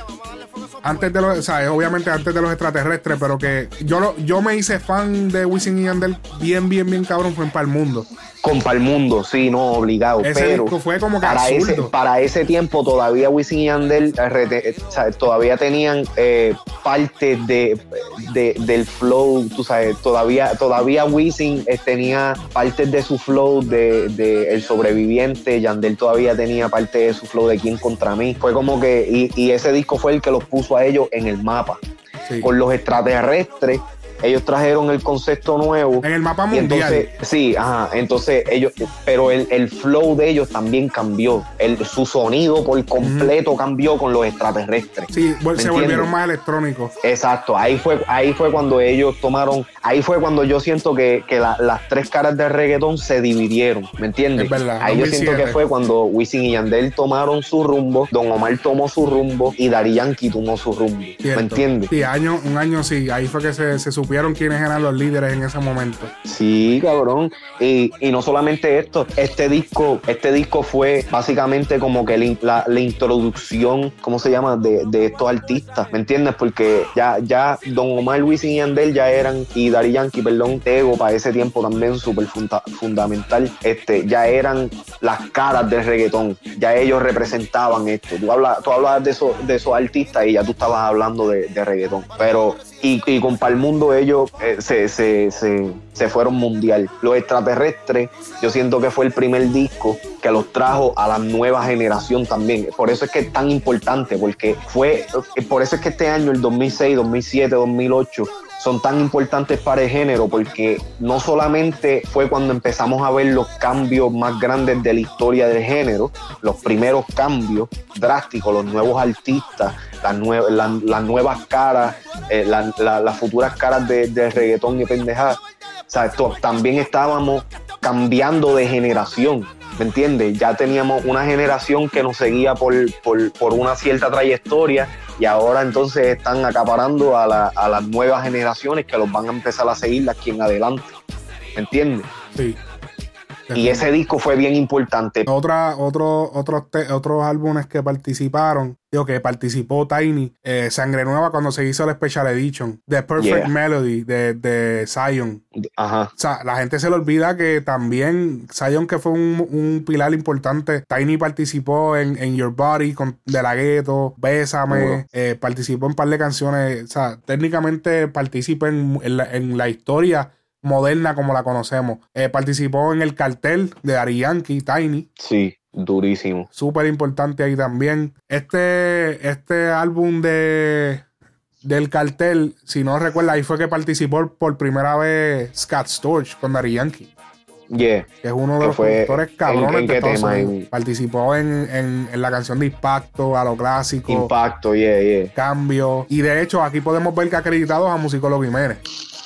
antes de los, o sea, obviamente antes de Los Extraterrestres, pero que yo lo, yo me hice fan de Wisin y Yandel bien, bien, bien cabrón, fue en Para el Mundo. Con Palmundo, sí, no, obligado. Ese pero disco fue como que para ese, absurdo. para ese tiempo todavía Wisin y Yandel eh, rete- o sea, todavía tenían eh, parte de, de, del flow, tú sabes, todavía, todavía Wisin eh, tenía partes de su flow de, de El Sobreviviente, Yandel todavía tenía parte de su flow de Quién Contra Mí. Fue como que, y, y ese disco fue el que los puso a ellos en el mapa. Sí. Con Los Extraterrestres, ellos trajeron el concepto nuevo. En el mapa Y mundial. entonces, sí, ajá, entonces ellos, pero el, el flow de ellos también cambió. El, su sonido por completo uh-huh. cambió con Los Extraterrestres. Sí, se entiendes? volvieron más electrónicos. Exacto, ahí fue, ahí fue cuando ellos tomaron, ahí fue cuando yo siento que, que la, las tres caras del reggaetón se dividieron, ¿me entiendes? Es verdad, ahí dos mil yo siento siete. que fue cuando Wisin y Yandel tomaron su rumbo, Don Omar tomó su rumbo y Daddy Yankee tomó su rumbo, Cierto. ¿me entiendes? Sí, año, un año sí, ahí fue que se, se supieron quiénes eran los líderes en ese momento. Sí, cabrón. Y, y no solamente esto, este disco, este disco fue básicamente como que la, la, la introducción, ¿cómo se llama? De, de estos artistas, ¿me entiendes? Porque ya, ya Don Omar, Wisin y Yandel ya eran, y Daddy Yankee, perdón, Tego para ese tiempo también súper funda, fundamental, este, ya eran las caras del reggaetón, ya ellos representaban esto. Tú hablas, tú hablas de, eso, de esos artistas y ya tú estabas hablando de, de reggaetón, pero y, y con Palmundo ellos eh, se, se, se, se fueron mundial. Los Extraterrestres, yo siento que fue el primer disco que los trajo a la nueva generación también. Por eso es que es tan importante, porque fue, por eso es que este año, el dos mil seis, dos mil siete, dos mil ocho, son tan importantes para el género, porque no solamente fue cuando empezamos a ver los cambios más grandes de la historia del género, los primeros cambios drásticos, los nuevos artistas, las, nue la, las nuevas caras, eh, la, la, las futuras caras de, de reggaetón y pendejadas. O sea, esto, también estábamos cambiando de generación, ¿me entiendes? Ya teníamos una generación que nos seguía por, por, por una cierta trayectoria y ahora entonces están acaparando a, la, a las nuevas generaciones que los van a empezar a seguir de aquí en adelante, ¿me entiendes? Sí. Y ese disco fue bien importante. Otra, otro, otros, te, otros álbumes que participaron, digo que participó Tiny, eh, Sangre Nueva cuando se hizo la Special Edition, The Perfect yeah. Melody de, de Zion. Ajá. O sea, la gente se le olvida que también Zion, que fue un, un pilar importante, Tiny participó en, en Your Body con De La Ghetto, Bésame, uh-huh. eh, participó en un par de canciones, o sea, técnicamente participa en, en, la, en la historia moderna como la conocemos. Eh, participó en El Cartel de Daddy Yankee, Tiny. Sí, durísimo. Súper importante ahí también. Este, este álbum de del Cartel, si no recuerda, ahí fue que participó por primera vez Scott Storch con Daddy Yankee. Yeah. Que es uno de Que los fue- productores cabrones ¿en- en de qué Estados tema? Unidos. En- Participó en, en, en la canción de Impacto, a lo clásico, Impacto, yeah, yeah. Cambio. Y de hecho, aquí podemos ver que acreditados a Musicólogo Jiménez.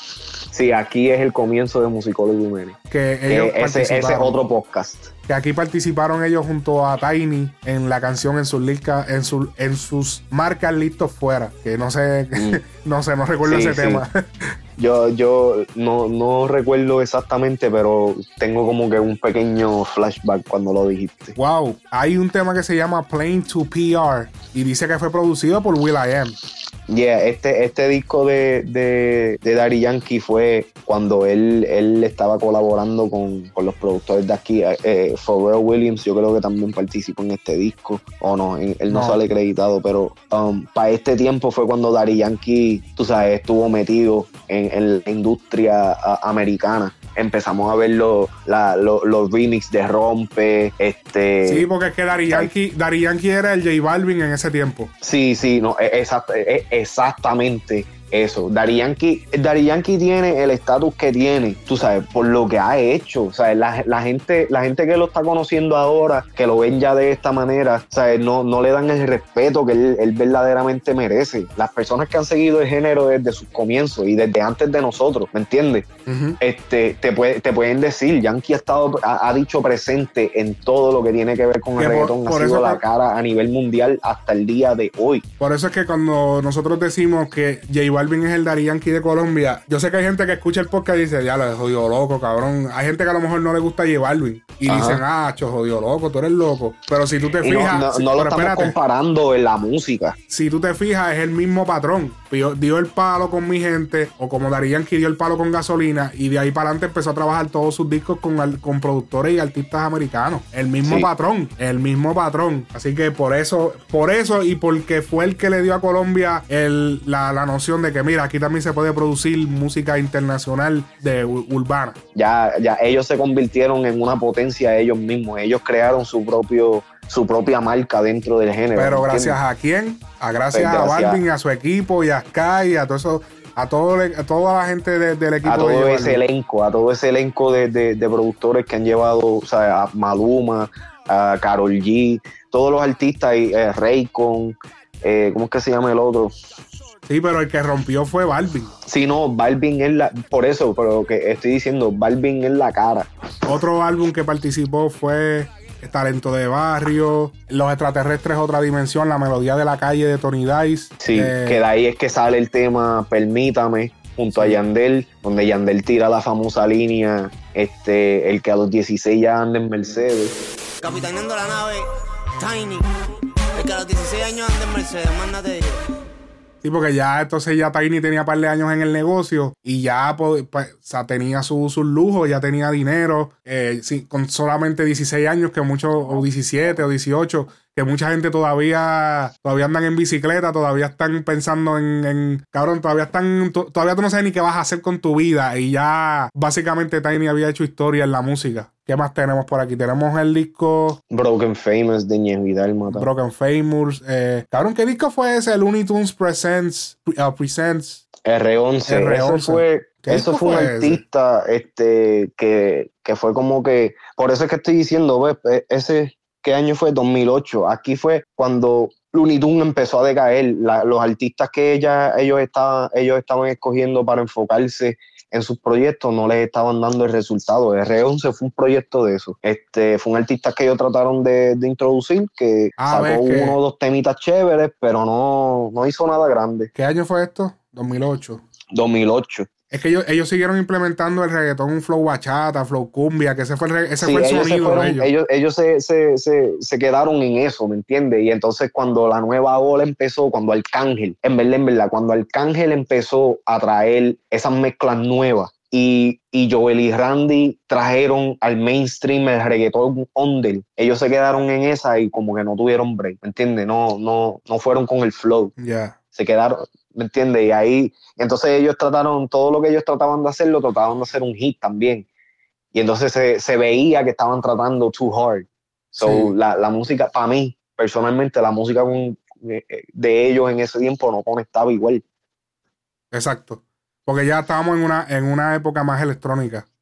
Sí, aquí es el comienzo de Musicólogo Jiménez. Que Que ellos ese, ese es participaron. otro podcast. Que aquí participaron ellos junto a Tiny en la canción en sus listas, en, su, en sus marcas listos fuera. Que no sé, Mm. no sé, no recuerdo Sí, ese sí. tema. Yo, yo no, no recuerdo exactamente, pero tengo como que un pequeño flashback cuando lo dijiste. Wow, hay un tema que se llama Plane to P R y dice que fue producido por Will I Am. Yeah, este, este disco de, de, de Daddy Yankee fue cuando él, él estaba colaborando con, con los productores de aquí. Eh, Pharrell Williams, yo creo que también participó en este disco. O no, él no, No. sale acreditado, pero um, para este tiempo fue cuando Daddy Yankee, tú sabes, estuvo metido en, en la industria a, americana. Empezamos a ver los la, lo- los remix de Rompe. Este, Sí, porque es que Daddy Yankee, Daddy Yankee era el J Balvin en ese tiempo. Sí, sí, no, e- exact- e- exactamente eso. Daddy Yankee, Daddy Yankee tiene el estatus que tiene, tú sabes, por lo que ha hecho. O sea, la, la gente, la gente que lo está conociendo ahora, que lo ven ya de esta manera, o sea, no, no le dan el respeto que él, él verdaderamente merece. Las personas que han seguido el género desde sus comienzos y desde antes de nosotros, ¿me entiendes? Ujú. Este, te, puede- te pueden decir, Yankee ha estado, ha, ha dicho presente en todo lo que tiene que ver con Que el por- reggaetón, por ha sido eso la por- cara a nivel mundial hasta el día de hoy. Por eso es que cuando nosotros decimos que J Balvin es el Daddy Yankee de Colombia, yo sé que hay gente que escucha el podcast y dice, ya lo he jodido loco, cabrón. Hay gente que a lo mejor no le gusta J Balvin y Ajá. dicen, ah, cho, jodido loco, tú eres loco. Pero si tú te Y no, fijas, no- si- no lo pero estamos espérate, comparando en la música. si tú te fijas, es el mismo patrón. Dio, dio el palo con Mi Gente, o como Daddy Yankee dio el palo con Gasolina, y de ahí para adelante empezó a trabajar todos sus discos con, al- con productores y artistas americanos. El mismo Sí. patrón, el mismo patrón. Así que por eso, por eso y porque fue el que le dio a Colombia el, la, la noción de que, mira, aquí también se puede producir música internacional de u- urbana. Ya, ya ellos se convirtieron en una potencia ellos mismos. Ellos crearon su propio, su propia marca dentro del género. Pero ¿me gracias entiendes? a quién? A gracias, Pues a gracias. Balvin, a su equipo y a Sky y a todo eso, a todo a toda la gente de- del equipo A de todo J ese Balvin. elenco, a todo ese elenco de, de- de productores que han llevado, o sea, a Maluma, a Karol G, todos los artistas, y, eh, Raycon, eh, ¿cómo es que se llama el otro? Sí, pero el que rompió fue Balvin. Sí, no, Balvin es la, por eso, pero que estoy diciendo, Balvin es la cara. Otro álbum que participó fue Talento de Barrio, Los Extraterrestres Otra Dimensión, La Melodía de la Calle de Tony Dice. Sí, Eh, que de ahí es que sale el tema Permítame, junto a Yandel, donde Yandel tira la famosa línea, este, el que a los dieciséis ya anda en Mercedes. Capitaneando la nave, Tiny. El que a los dieciséis años anda en Mercedes, mándate de ellos. Sí, porque ya entonces ya Tiny tenía un par de años en el negocio y ya pues, pues, o sea, tenía sus su lujos, ya tenía dinero, eh, sí, con solamente dieciséis años, que muchos, o diecisiete o dieciocho, que mucha gente todavía todavía andan en bicicleta, todavía están pensando en, en cabrón, todavía están, to- todavía tú no sabes ni qué vas a hacer con tu vida y ya básicamente Tiny había hecho historia en la música. ¿Qué más tenemos por aquí? Tenemos el disco Broken Famous de Ñejo y Dálmata. Broken Famous. Eh, cabrón, ¿qué disco fue ese? Looney Tunes Presents. Uh, Presents. R once, R eso once. fue, ¿Qué eso disco fue un fue ese? artista este, que, que fue como que, por eso es que estoy diciendo, ves, e- ese, ¿qué año fue? dos mil ocho. Aquí fue cuando Looney Tunes empezó a decaer. La- los artistas que ella, ellos, estaban, ellos estaban escogiendo para enfocarse en sus proyectos no les estaban dando el resultado. R once fue un proyecto de eso. Este, fue un artista que ellos trataron de, de introducir, que Ah, sacó ves que- uno o dos temitas chéveres, pero no, no hizo nada grande. ¿Qué año fue esto? dos mil ocho. dos mil ocho. Es que ellos, ellos siguieron implementando el reggaetón flow bachata, flow cumbia, que ese fue el, re- ese Sí, fue el ellos, se sonido fueron- de ellos. ellos, ellos se, se, se, se quedaron en eso, ¿me entiendes? Y entonces cuando la nueva ola empezó, cuando Arcángel, en verdad, en verdad, cuando Arcángel empezó a traer esas mezclas nuevas y, y Joel y Randy trajeron al mainstream el reggaetón under, ellos se quedaron en esa y como que no tuvieron break, ¿me entiendes? No, no, no fueron con el flow. Ya. Se quedaron, ¿me entiendes? Y ahí, entonces ellos trataron, todo lo que ellos trataban de hacer, lo trataban de hacer un hit también. Y entonces se, se veía que estaban tratando too hard. So, Sí. la, la música, para mí, personalmente, la música con, eh, de ellos en ese tiempo no conectaba igual. Exacto. Porque ya estábamos en una, en una época más electrónica.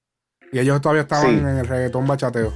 Y ellos todavía estaban Sí. en el reggaetón bachateo.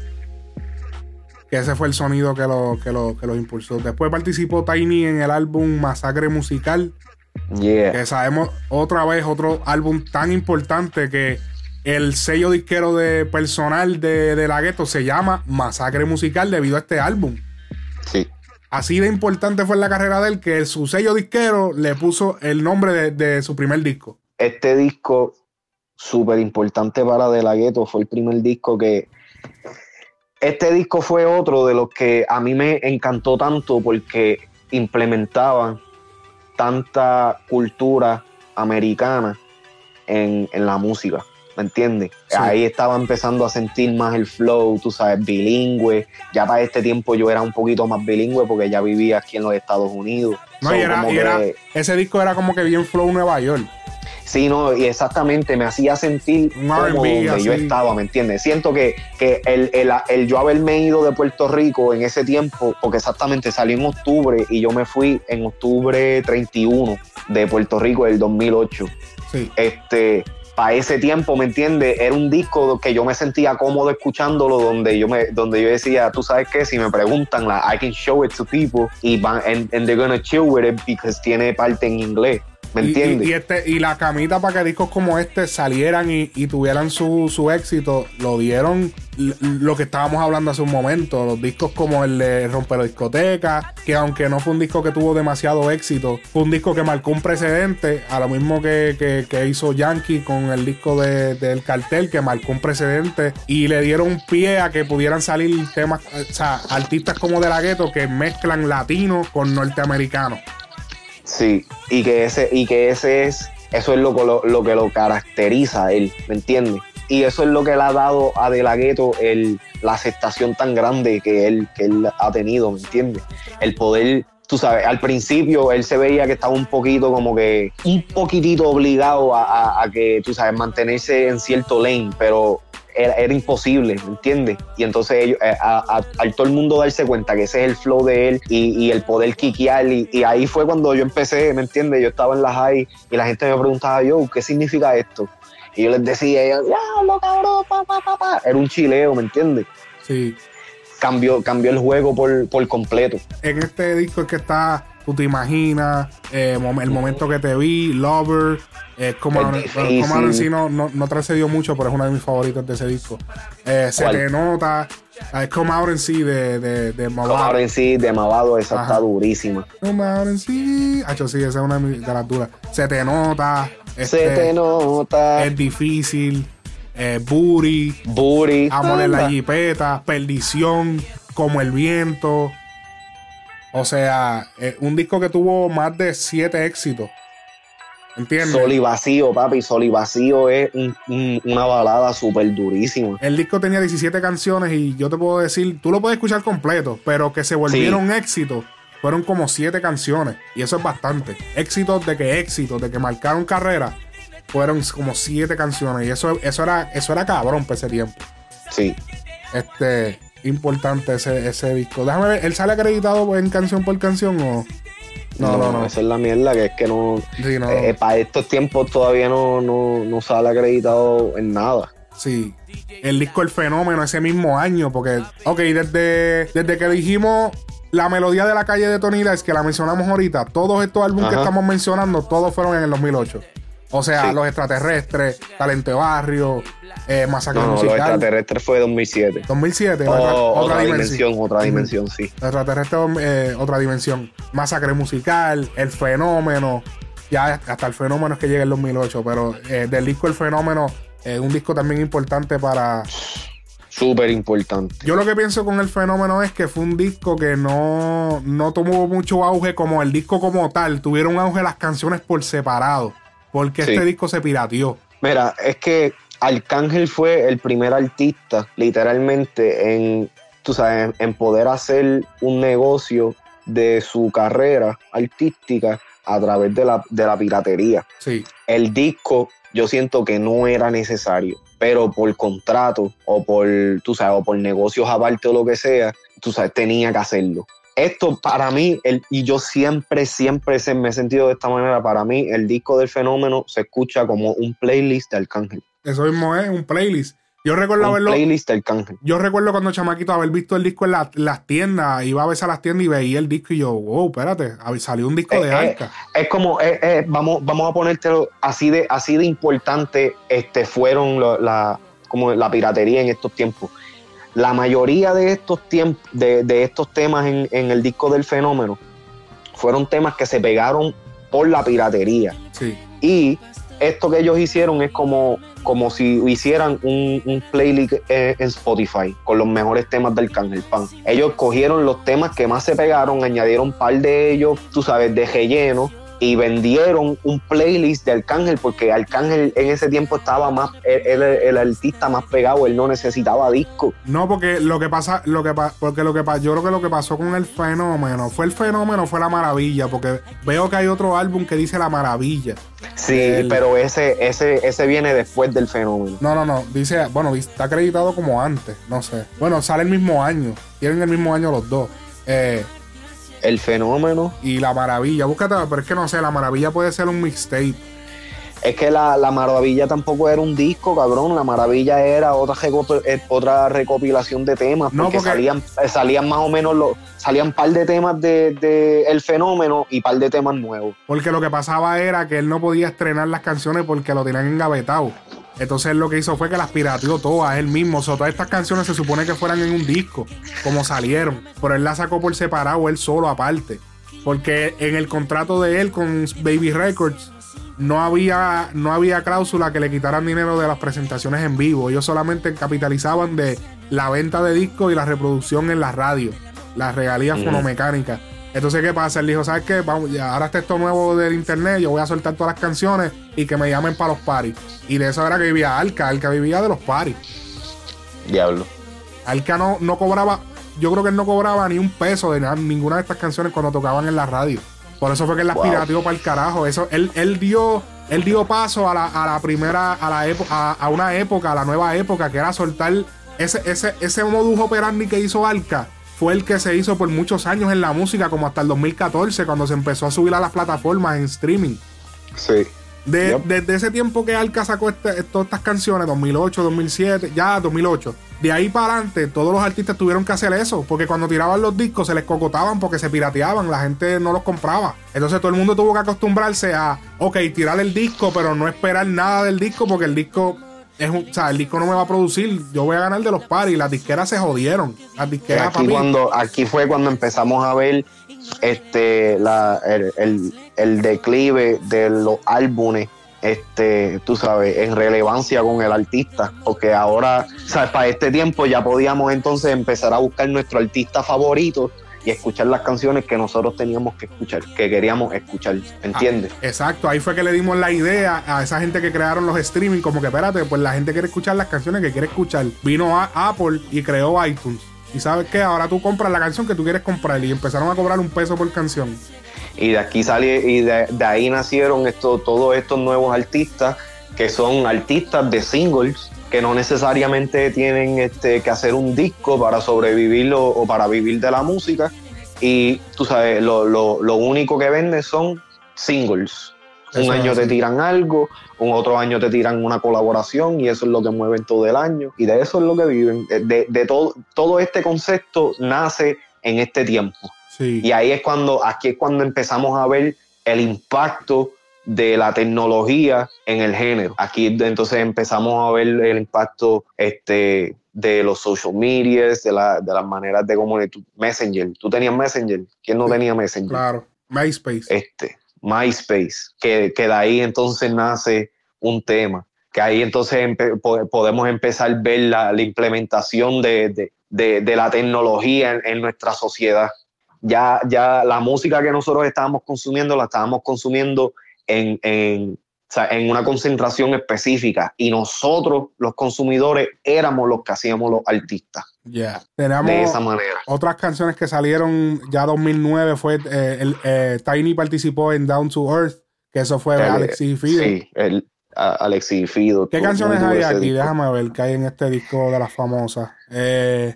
Que ese fue el sonido que, lo, que, lo, que los impulsó. Después participó Tiny en el álbum Masacre Musical. Yeah. Que sabemos otra vez otro álbum tan importante que el sello disquero de personal de, de La Ghetto se llama Masacre Musical debido a este álbum. Sí. Así de importante fue en la carrera de él que su sello disquero le puso el nombre de, de su primer disco. Este disco, súper importante para De La Ghetto, fue el primer disco que... Este disco fue otro de los que a mí me encantó tanto porque implementaban tanta cultura americana en, en la música, ¿me entiendes? Sí. Ahí estaba empezando a sentir más el flow, tú sabes, bilingüe. Ya para este tiempo yo era un poquito más bilingüe porque ya vivía aquí en los Estados Unidos. No, So, y era, como y era- que- ese disco era como que bien flow Nueva York. Sí, no, y exactamente, me hacía sentir Un como R and B donde así. yo estaba, ¿me entiendes? Siento que, que el, el, el yo haberme ido de Puerto Rico en ese tiempo, porque exactamente salí en octubre y yo me fui en octubre treinta y uno de Puerto Rico del dos mil ocho. Sí. Este, para ese tiempo, ¿me entiendes? Era un disco que yo me sentía cómodo escuchándolo, donde yo me, donde yo decía, tú sabes qué, si me preguntan, la, I can show it to people y van, and, and they're gonna chill with it because tiene parte en inglés. ¿Me Y- entiendes? Y, y este, y la camita para que discos como este salieran y, y tuvieran su, su éxito, lo dieron l- lo que estábamos hablando hace un momento. Los discos como el de Romper Discoteca, que aunque no fue un disco que tuvo demasiado éxito, fue un disco que marcó un precedente, a lo mismo que, que, que hizo Yankee con el disco de, del Cartel, que marcó un precedente y le dieron pie a que pudieran salir temas, o sea, artistas como De La Ghetto que mezclan latino con norteamericano. Sí, y que ese, y que ese es, eso es lo, que lo, lo que lo caracteriza a él, ¿me entiendes? Y eso es lo que le ha dado a De La Ghetto el, la aceptación tan grande que él, que él ha tenido, ¿me entiendes? El poder, tú sabes, al principio él se veía que estaba un poquito como que, un poquitito obligado a, a, a que, tú sabes, mantenerse en cierto lane, pero era, era imposible, ¿me entiendes? Y entonces ellos, eh, a, a, al todo el mundo darse cuenta que ese es el flow de él y, y el poder quiquear y, y ahí fue cuando yo empecé, ¿me entiendes? Yo estaba en la high y la gente me preguntaba, yo, ¿qué significa esto? Y yo les decía, ya, lo cabrón, pa, pa, pa, pa. Era un chileo, ¿me entiendes? Sí. Cambió, cambió el juego por, por completo. En este disco es que está Tú Te Imaginas, eh, mom- El Momento que Te Vi, Lover, eh, como Es ahora- difícil. como ahora en sí no, no, no trascendió mucho, pero es uno de mis favoritos de ese disco. Eh, Se ¿Cuál? Te Nota, es Come Out en sí de, de, de Como Mavado. ahora en sí, de Mavado, esa Ajá. está durísima. Come Out en sí. Hacho, sí, esa es una de, mis- de las duras. Se Te Nota, Se este, te nota. Es Difícil, eh, Booty, Booty. Amor en la Anda. Jipeta, Perdición, Como el Viento. O sea, eh, un disco que tuvo más de siete éxitos. ¿Entiendes? Sol y Vacío, papi. Sol y Vacío es un- un- una balada súper durísima. El disco tenía diecisiete canciones y yo te puedo decir, tú lo puedes escuchar completo, pero que se volvieron éxitos fueron como siete canciones. Y eso es bastante. Éxitos de que éxitos, de que marcaron carrera, fueron como siete canciones. Y eso, eso, era, eso era cabrón para ese tiempo. Sí. Este, importante ese, ese disco. Déjame ver, ¿él sale acreditado en canción por canción o...? No, no, no. Esa es la mierda, que es que no. Sí, no. eh, para estos tiempos todavía no, no, no sale acreditado en nada. Sí. El disco El Fenómeno ese mismo año, porque, ok, desde, desde que dijimos la melodía de la calle de Tony Dice, que la mencionamos ahorita, todos estos álbumes que Ajá. estamos mencionando, todos fueron en el dos mil ocho. O sea, Sí. Los Extraterrestres, Talento Barrio, eh, Masacre No, no, los Musical. extraterrestres fue dos mil siete. dos mil siete, Oh, otra, otra, otra dimensión, dimensión. otra dimensión, sí. Los Extraterrestres, eh, otra dimensión. Masacre Musical, El Fenómeno. Ya hasta El Fenómeno es que llega el dos mil ocho, pero eh, del disco El Fenómeno, eh, un disco también importante para... Súper importante. Yo lo que pienso con El Fenómeno es que fue un disco que no, no tuvo mucho auge como el disco como tal. Tuvieron auge las canciones por separado. Porque Sí. este disco se pirateó. Mira, es que Arcángel fue el primer artista, literalmente, en, tú sabes, en poder hacer un negocio de su carrera artística a través de la, de la piratería. Sí. El disco, yo siento que no era necesario, pero por contrato o por, tú sabes, o por negocios aparte o lo que sea, tú sabes, tenía que hacerlo. Esto para mí, el, y yo siempre, siempre se, me he sentido de esta manera, para mí el disco del Fenómeno se escucha como un playlist de Arcángel. Eso mismo es un playlist. Yo recuerdo un haberlo. playlist de Arcángel. Yo recuerdo cuando chamaquito haber visto el disco en la- las tiendas, iba a veces a las tiendas y veía el disco y yo, wow, espérate, salió un disco Eh, de eh, Arca. es como, eh, eh, vamos, vamos a ponértelo así de, así de importante este, fueron lo- la, como la piratería en estos tiempos. La mayoría de estos tiempos, de, de estos temas en, en el disco del Fenómeno, fueron temas que se pegaron por la piratería. Sí. Y esto que ellos hicieron es como, como si hicieran un, un playlist en, en Spotify con los mejores temas del Arcángel Pan. Ellos cogieron los temas que más se pegaron, añadieron un par de ellos, tú sabes, de relleno, y vendieron un playlist de Arcángel, porque Arcángel en ese tiempo estaba más, él, él, el artista más pegado, él no necesitaba disco. No, porque lo que pasa, lo que pa- porque lo que pa- yo creo que lo que pasó con el Fenómeno, fue el Fenómeno, fue La Maravilla, porque veo que hay otro álbum que dice La Maravilla. Sí, El- pero ese, ese, ese viene después del Fenómeno. No, no, no, dice, bueno, está acreditado como antes, no sé. Bueno, sale el mismo año, tienen el mismo año los dos. Eh, El Fenómeno. y La Maravilla, búscate, pero es que no sé, La Maravilla puede ser un mixtape. Es que la, la Maravilla tampoco era un disco, cabrón. La Maravilla era otra, recop- eh, otra recopilación de temas. No, porque, porque- salían, eh, salían más o menos los, salían par de temas de, de El Fenómeno y par de temas nuevos. Porque lo que pasaba era que él no podía estrenar las canciones porque lo tenían engavetado. Entonces él lo que hizo fue que las pirateó todas él mismo. O sea, todas estas canciones se supone que fueran en un disco, como salieron. Pero él las sacó por separado, él solo aparte. Porque en el contrato de él con Baby Records no había, no había cláusula que le quitaran dinero de las presentaciones en vivo. Ellos solamente capitalizaban de la venta de discos y la reproducción en la radio, las regalías Mm. fonomecánicas. Entonces, ¿qué pasa? Él dijo, ¿sabes qué? Vamos, ya, ahora está esto nuevo del internet, yo voy a soltar todas las canciones y que me llamen para los paris. Y de eso era que vivía Arca. Arca vivía de los paris. Diablo. Arca no, no cobraba, yo creo que él no cobraba ni un peso de nada, ninguna de estas canciones cuando tocaban en la radio. Por eso fue que él las Wow. pirateó para el carajo. Eso, él, él dio, él dio paso a la, a la primera, a la época, a, a una época, a la nueva época, que era soltar ese, ese, ese modus operandi que hizo Arca. Fue el que se hizo por muchos años en la música, como hasta el dos mil catorce, cuando se empezó a subir a las plataformas en streaming. Sí. De, Yep. Desde ese tiempo que Arca sacó este, todas estas canciones, dos mil ocho, dos mil siete, ya dos mil ocho, de ahí para adelante todos los artistas tuvieron que hacer eso, porque cuando tiraban los discos se les cocotaban porque se pirateaban, la gente no los compraba. Entonces todo el mundo tuvo que acostumbrarse a, ok, tirar el disco, pero no esperar nada del disco, porque el disco es un, o sea, el disco no me va a producir, yo voy a ganar de los paris. Las disqueras se jodieron. Las disqueras, Aquí, papi, cuando, aquí fue cuando empezamos a ver este, la, el, el, el declive de los álbumes, este, tú sabes, en relevancia con el artista, porque ahora, sabes, para este tiempo ya podíamos entonces empezar a buscar nuestro artista favorito y escuchar las canciones que nosotros teníamos que escuchar, que queríamos escuchar, ¿entiendes? Ah, exacto, ahí fue que le dimos la idea a esa gente que crearon los streaming, como que espérate, pues la gente quiere escuchar las canciones que quiere escuchar. Vino a Apple y creó iTunes. Y sabes qué, ahora tú compras la canción que tú quieres comprar, y empezaron a cobrar un peso por canción. Y de aquí sale, y de, de ahí nacieron esto, todos estos nuevos artistas que son artistas de singles, que no necesariamente tienen este, que hacer un disco para sobrevivir o, o para vivir de la música. Y tú sabes, lo, lo, lo único que venden son singles. Un Eso año es te así. tiran algo, un otro año te tiran una colaboración, y eso es lo que mueven todo el año. Y de eso es lo que viven. De, de todo, todo este concepto nace en este tiempo. Sí. Y ahí es cuando, aquí es cuando empezamos a ver el impacto de la tecnología en el género. Aquí entonces empezamos a ver el impacto este, de los social medias, de, la, de las maneras de comunicar. Messenger. ¿Tú tenías Messenger? ¿Quién no tenía Messenger? Claro, MySpace. Este, MySpace. Que, que de ahí entonces nace un tema. Que ahí entonces empe- po- podemos empezar a ver la, la implementación de, de, de, de la tecnología en, en nuestra sociedad. Ya, ya la música que nosotros estábamos consumiendo la estábamos consumiendo en, en, o sea, en una concentración específica, y nosotros los consumidores éramos los que hacíamos los artistas. Ya. Tenemos De esa manera. otras canciones que salieron ya dos mil nueve. Fue eh, el, eh, Tiny participó en Down to Earth, que eso fue El- Alexis y Fido. Sí, el, a- Alexis y Fido. ¿Qué Tú- canciones tú hay ese aquí? disco. Déjame ver qué hay en este disco de las famosas. Eh,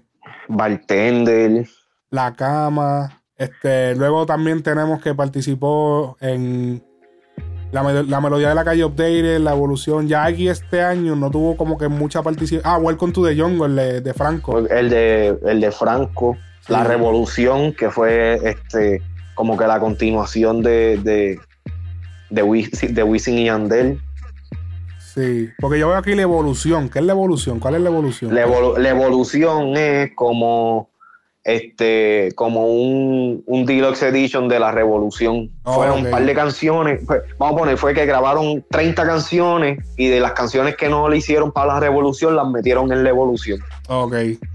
Bartender. La Cama. Este, luego también tenemos que participó en La, la melodía de la calle Updated, la evolución. Ya aquí este año no tuvo como que mucha participación. Ah, Welcome to the Jungle de, de Franco. El de, el de Franco. Sí. La Revolución, que fue este como que la continuación de de, de, Wisin, de Wisin y Yandel. Sí, porque yo veo aquí la evolución. ¿Qué es la evolución? ¿Cuál es la evolución? La, evolu la evolución es como este como un, un deluxe edition de la Revolución. Oh, Fueron okay. un par de canciones. Pues, vamos a poner, fue que grabaron treinta canciones y de las canciones que no le hicieron para la Revolución las metieron en la Evolución. Ok,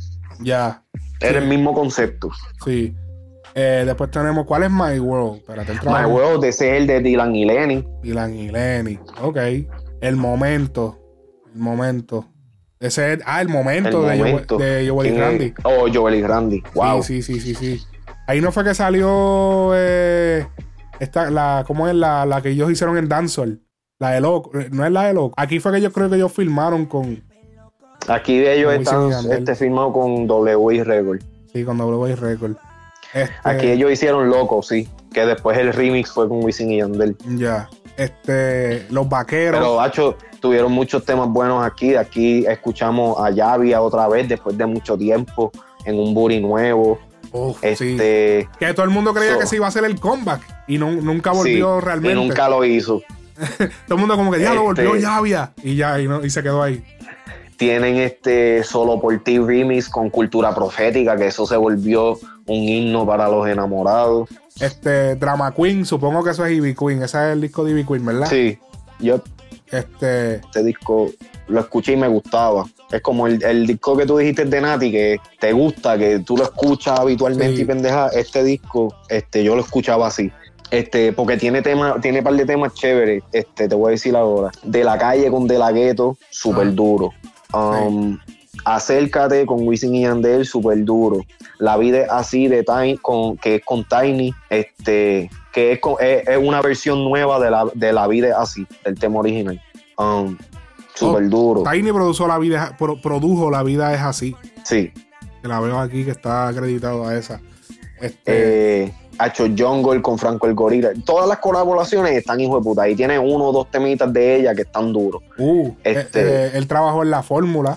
ya. Era sí. el mismo concepto. Sí. Eh, después tenemos, ¿cuál es My World? Espérate, el My World, ese es el de Dylan y Lenny. Dylan y Lenny, ok. El momento. El momento. Ese es, ah, el momento, el de, momento. Yo, de Joel y Randy. Oh, Joel y Randy, wow. Sí, sí, sí, sí, sí. Ahí no fue que salió eh, esta, la, ¿cómo es? La, la que ellos hicieron en Dancehall. La de Loco, no es la de Loco. Aquí fue que yo creo que ellos filmaron con... Aquí de ellos están este, filmado con W I Record. Sí, con W I Record. Este, Aquí ellos hicieron Loco, sí. Que después el remix fue con Wisin y Yandel. Ya. Este, Los Vaqueros. Pero, Hacho, tuvieron muchos temas buenos aquí. Aquí escuchamos a Yavia otra vez después de mucho tiempo en un booty nuevo. Uf, este, sí. Que todo el mundo creía so, que se iba a hacer el comeback y no, nunca volvió sí, realmente. Y nunca lo hizo. Todo el mundo como que ya este, lo volvió Yavia y ya y, no, y se quedó ahí. Tienen este Solo por ti remix con Cultura Profética, que eso se volvió un himno para los enamorados. Este Drama Queen, supongo que eso es Ivy Queen, ese es el disco de Ivy Queen, ¿verdad? Sí, yo este este disco lo escuché y me gustaba. Es como el, el disco que tú dijiste de Nati, que te gusta, que tú lo escuchas habitualmente sí. y pendeja. Este disco, este, yo lo escuchaba así. Este, porque tiene tema, tiene un par de temas chéveres. Este, te voy a decir ahora. De la Calle con De La Ghetto, súper ah. duro. Um, sí. Acércate con Wisin y Yandel, súper duro. La vida es así de Tiny, con, que es con Tiny, este, que es, con, es, es una versión nueva de la, de la vida es así, del tema original. Um, súper oh, duro. Tiny produjo la vida, produjo La Vida Es Así. Sí. Que la veo aquí que está acreditado a esa. Este... Eh, ha hecho Jungle con Franco el Gorila. Todas las colaboraciones están hijo de puta. Y tiene uno o dos temitas de ella que están duros. Uh, este, eh, eh, él trabajó en La Fórmula.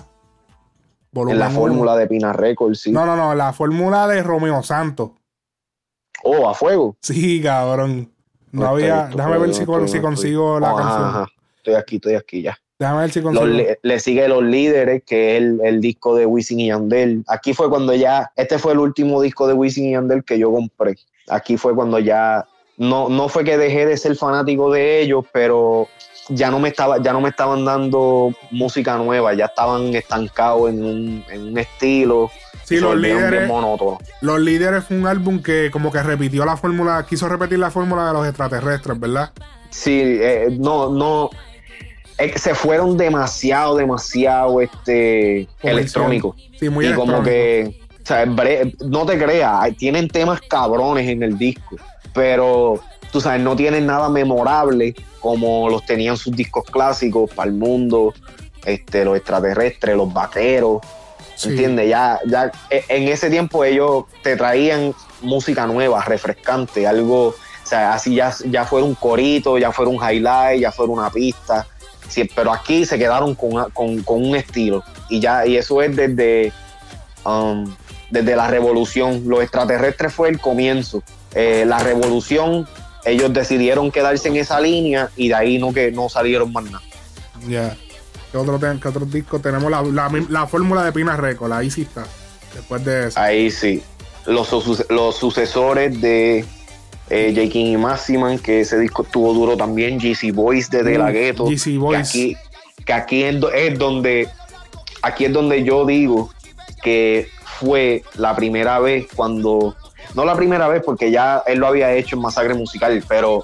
En la fórmula de Pina Records, sí. No, no, no, la fórmula de Romeo Santos. Oh, ¿a fuego? Sí, cabrón. No, no había. Estoy, déjame estoy, ver si, estoy, si consigo la oh, canción. Ajá, ajá. Estoy aquí, estoy aquí ya. Déjame ver si consigo. Le, le sigue Los Líderes, que es el, el disco de Wisin y Yandel. Aquí fue cuando ya. Este fue el último disco de Wisin y Yandel que yo compré. Aquí fue cuando ya. No, no fue que dejé de ser fanático de ellos, pero. Ya no me estaba, ya no me estaban dando música nueva, ya estaban estancados en un, en un estilo. Sí, Los Líderes. Los Líderes fue un álbum que como que repitió la fórmula, quiso repetir la fórmula de los extraterrestres, ¿verdad? Sí, eh, no, no. Eh, se fueron demasiado, demasiado este electrónicos. Sí, muy y electrónico. Como que, o sea, no te creas, tienen temas cabrones en el disco, pero tú sabes, no tienen nada memorable como los tenían sus discos clásicos, Para el Mundo, este, Los Extraterrestres, Los Vaqueros, sí. ¿Entiendes? Ya, ya en ese tiempo ellos te traían música nueva, refrescante, algo, o sea, así ya, ya fuera un corito, ya fuera un highlight, ya fuera una pista, sí, pero aquí se quedaron con, con, con un estilo, y ya, y eso es desde, um, desde la Revolución. Los Extraterrestres fue el comienzo, eh, la Revolución. Ellos decidieron quedarse en esa línea y de ahí no, que no salieron más nada. Ya. Yeah. ¿Qué otro, ¿Qué otro disco? Tenemos la, la, la fórmula de Pina Records, ahí sí está. Después de eso. Ahí sí. Los, los sucesores de eh, J. King y Maximan, que ese disco estuvo duro también. G C Boys de De La Ghetto. G C Boys. Que aquí, que aquí es, es donde aquí es donde yo digo que fue la primera vez cuando. No la primera vez, porque ya él lo había hecho en Masacre Musical, pero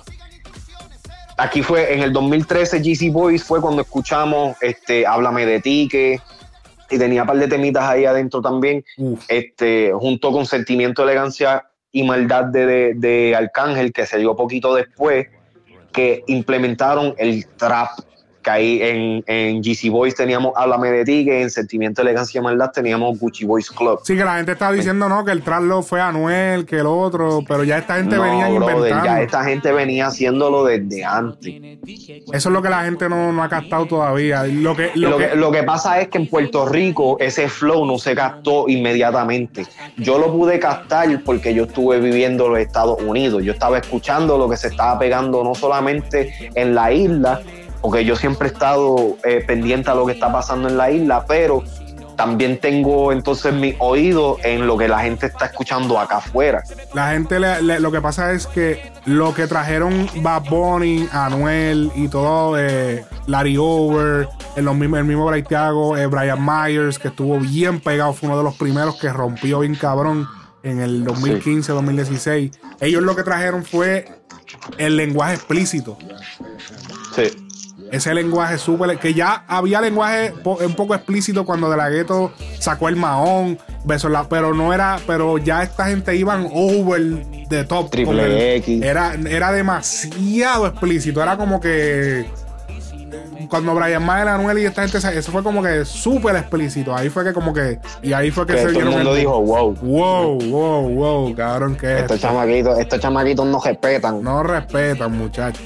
aquí fue en el dos mil trece, G C Boys fue cuando escuchamos este, Háblame de ti, que y tenía un par de temitas ahí adentro también, este, junto con Sentimiento, Elegancia y Maldad de, de, de Arcángel, que se dio poquito después, que implementaron el trap que ahí en, en G C Boys teníamos Háblame de ti, que en Sentimiento, Elegancia y Maldad teníamos Gucci Boys Club. Sí, que la gente estaba diciendo, no, que el traslo fue Anuel, que el otro, pero ya esta gente no, venía brother, inventando. Ya esta gente venía haciéndolo desde antes. Eso es lo que la gente no, no ha captado todavía. Lo que, lo, Lo que, que, lo que pasa es que en Puerto Rico ese flow no se captó inmediatamente. Yo lo pude captar porque yo estuve viviendo en los Estados Unidos. Yo estaba escuchando lo que se estaba pegando no solamente en la isla, porque yo siempre he estado eh, pendiente a lo que está pasando en la isla, pero también tengo entonces mi oído en lo que la gente está escuchando acá afuera. La gente, le, le, lo que pasa es que lo que trajeron Bad Bunny, Anuel y todo, eh, Larry Over, el, los mismos, el mismo Bray Thiago, eh, Brian Myers, que estuvo bien pegado, fue uno de los primeros que rompió bien cabrón en el dos mil quince, sí. dos mil dieciséis. Ellos lo que trajeron fue el lenguaje explícito. Sí. Ese lenguaje súper... Que ya había lenguaje po, un poco explícito cuando De La Ghetto sacó el Mahón, besos la, pero no era... Pero ya esta gente iban over the top. Triple X. Era, era demasiado explícito. Era como que... Cuando Brian Mayer, Anuel y esta gente... Eso fue como que súper explícito. Ahí fue que como que... Y ahí fue que, que se todo el mundo el, dijo, wow. Wow, wow, wow, cabrón, que estos esto? chamaquitos, estos chamaquitos no respetan. No respetan, muchachos.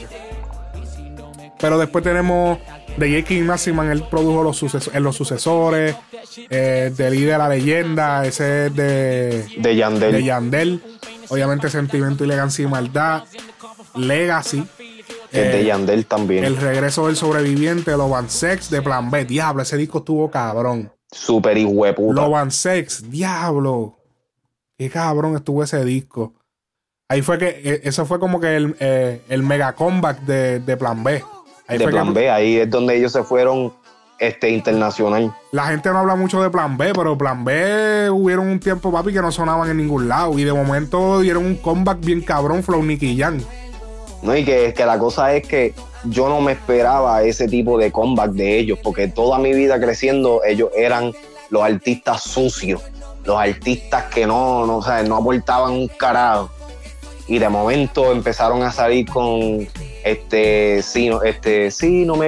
Pero después tenemos de J. King Maximan, él produjo los, suces en los sucesores, eh, de Líder a la Leyenda, ese es de, de Yandel. de Yandel. Obviamente Sentimiento, Elegancia y Maldad, Legacy. Es eh, de Yandel también. El Regreso del Sobreviviente, Love and Sex, de Plan B. Diablo, ese disco estuvo cabrón. Súper hijueputa. Love and Sex, diablo. Qué cabrón estuvo ese disco. Ahí fue que, eso fue como que el, eh, el mega comeback de, de Plan B. Ahí de Plan que, B, ahí es donde ellos se fueron este, internacional. La gente no habla mucho de Plan B, pero Plan B hubieron un tiempo, papi, que no sonaban en ningún lado. Y de momento dieron un comeback bien cabrón, Flow Nicky Jam. No, y que, que la cosa es que yo no me esperaba ese tipo de comeback de ellos, porque toda mi vida creciendo, ellos eran los artistas sucios, los artistas que no, no, o sea, no aportaban un carajo. Y de momento empezaron a salir con este sí, no, este, sí, no me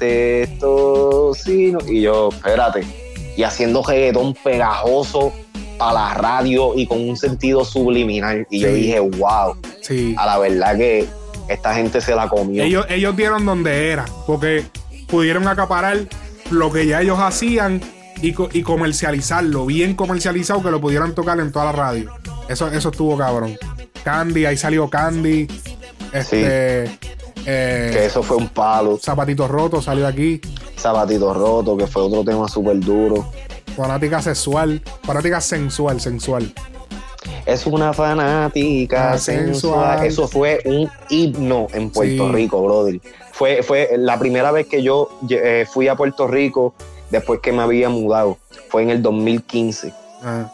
contesto, sí, no. Y yo, espérate, y haciendo reggaetón pegajoso para la radio y con un sentido subliminal. Y sí. Yo dije, wow, sí. A la verdad que esta gente se la comió. Ellos, ellos dieron donde era, porque pudieron acaparar lo que ya ellos hacían y, y comercializarlo, bien comercializado, que lo pudieran tocar en toda la radio. Eso, eso estuvo cabrón. Candy, ahí salió Candy. Este, sí. eh, que eso fue un palo. Zapatito Roto salió aquí. Zapatito Roto, que fue otro tema súper duro. Fanática sexual. Fanática sensual, sensual. Es una fanática sensual. sensual. Eso fue un himno en Puerto sí. Rico, brother. Fue, fue la primera vez que yo eh, fui a Puerto Rico después que me había mudado. Fue en el dos mil quince. Ah.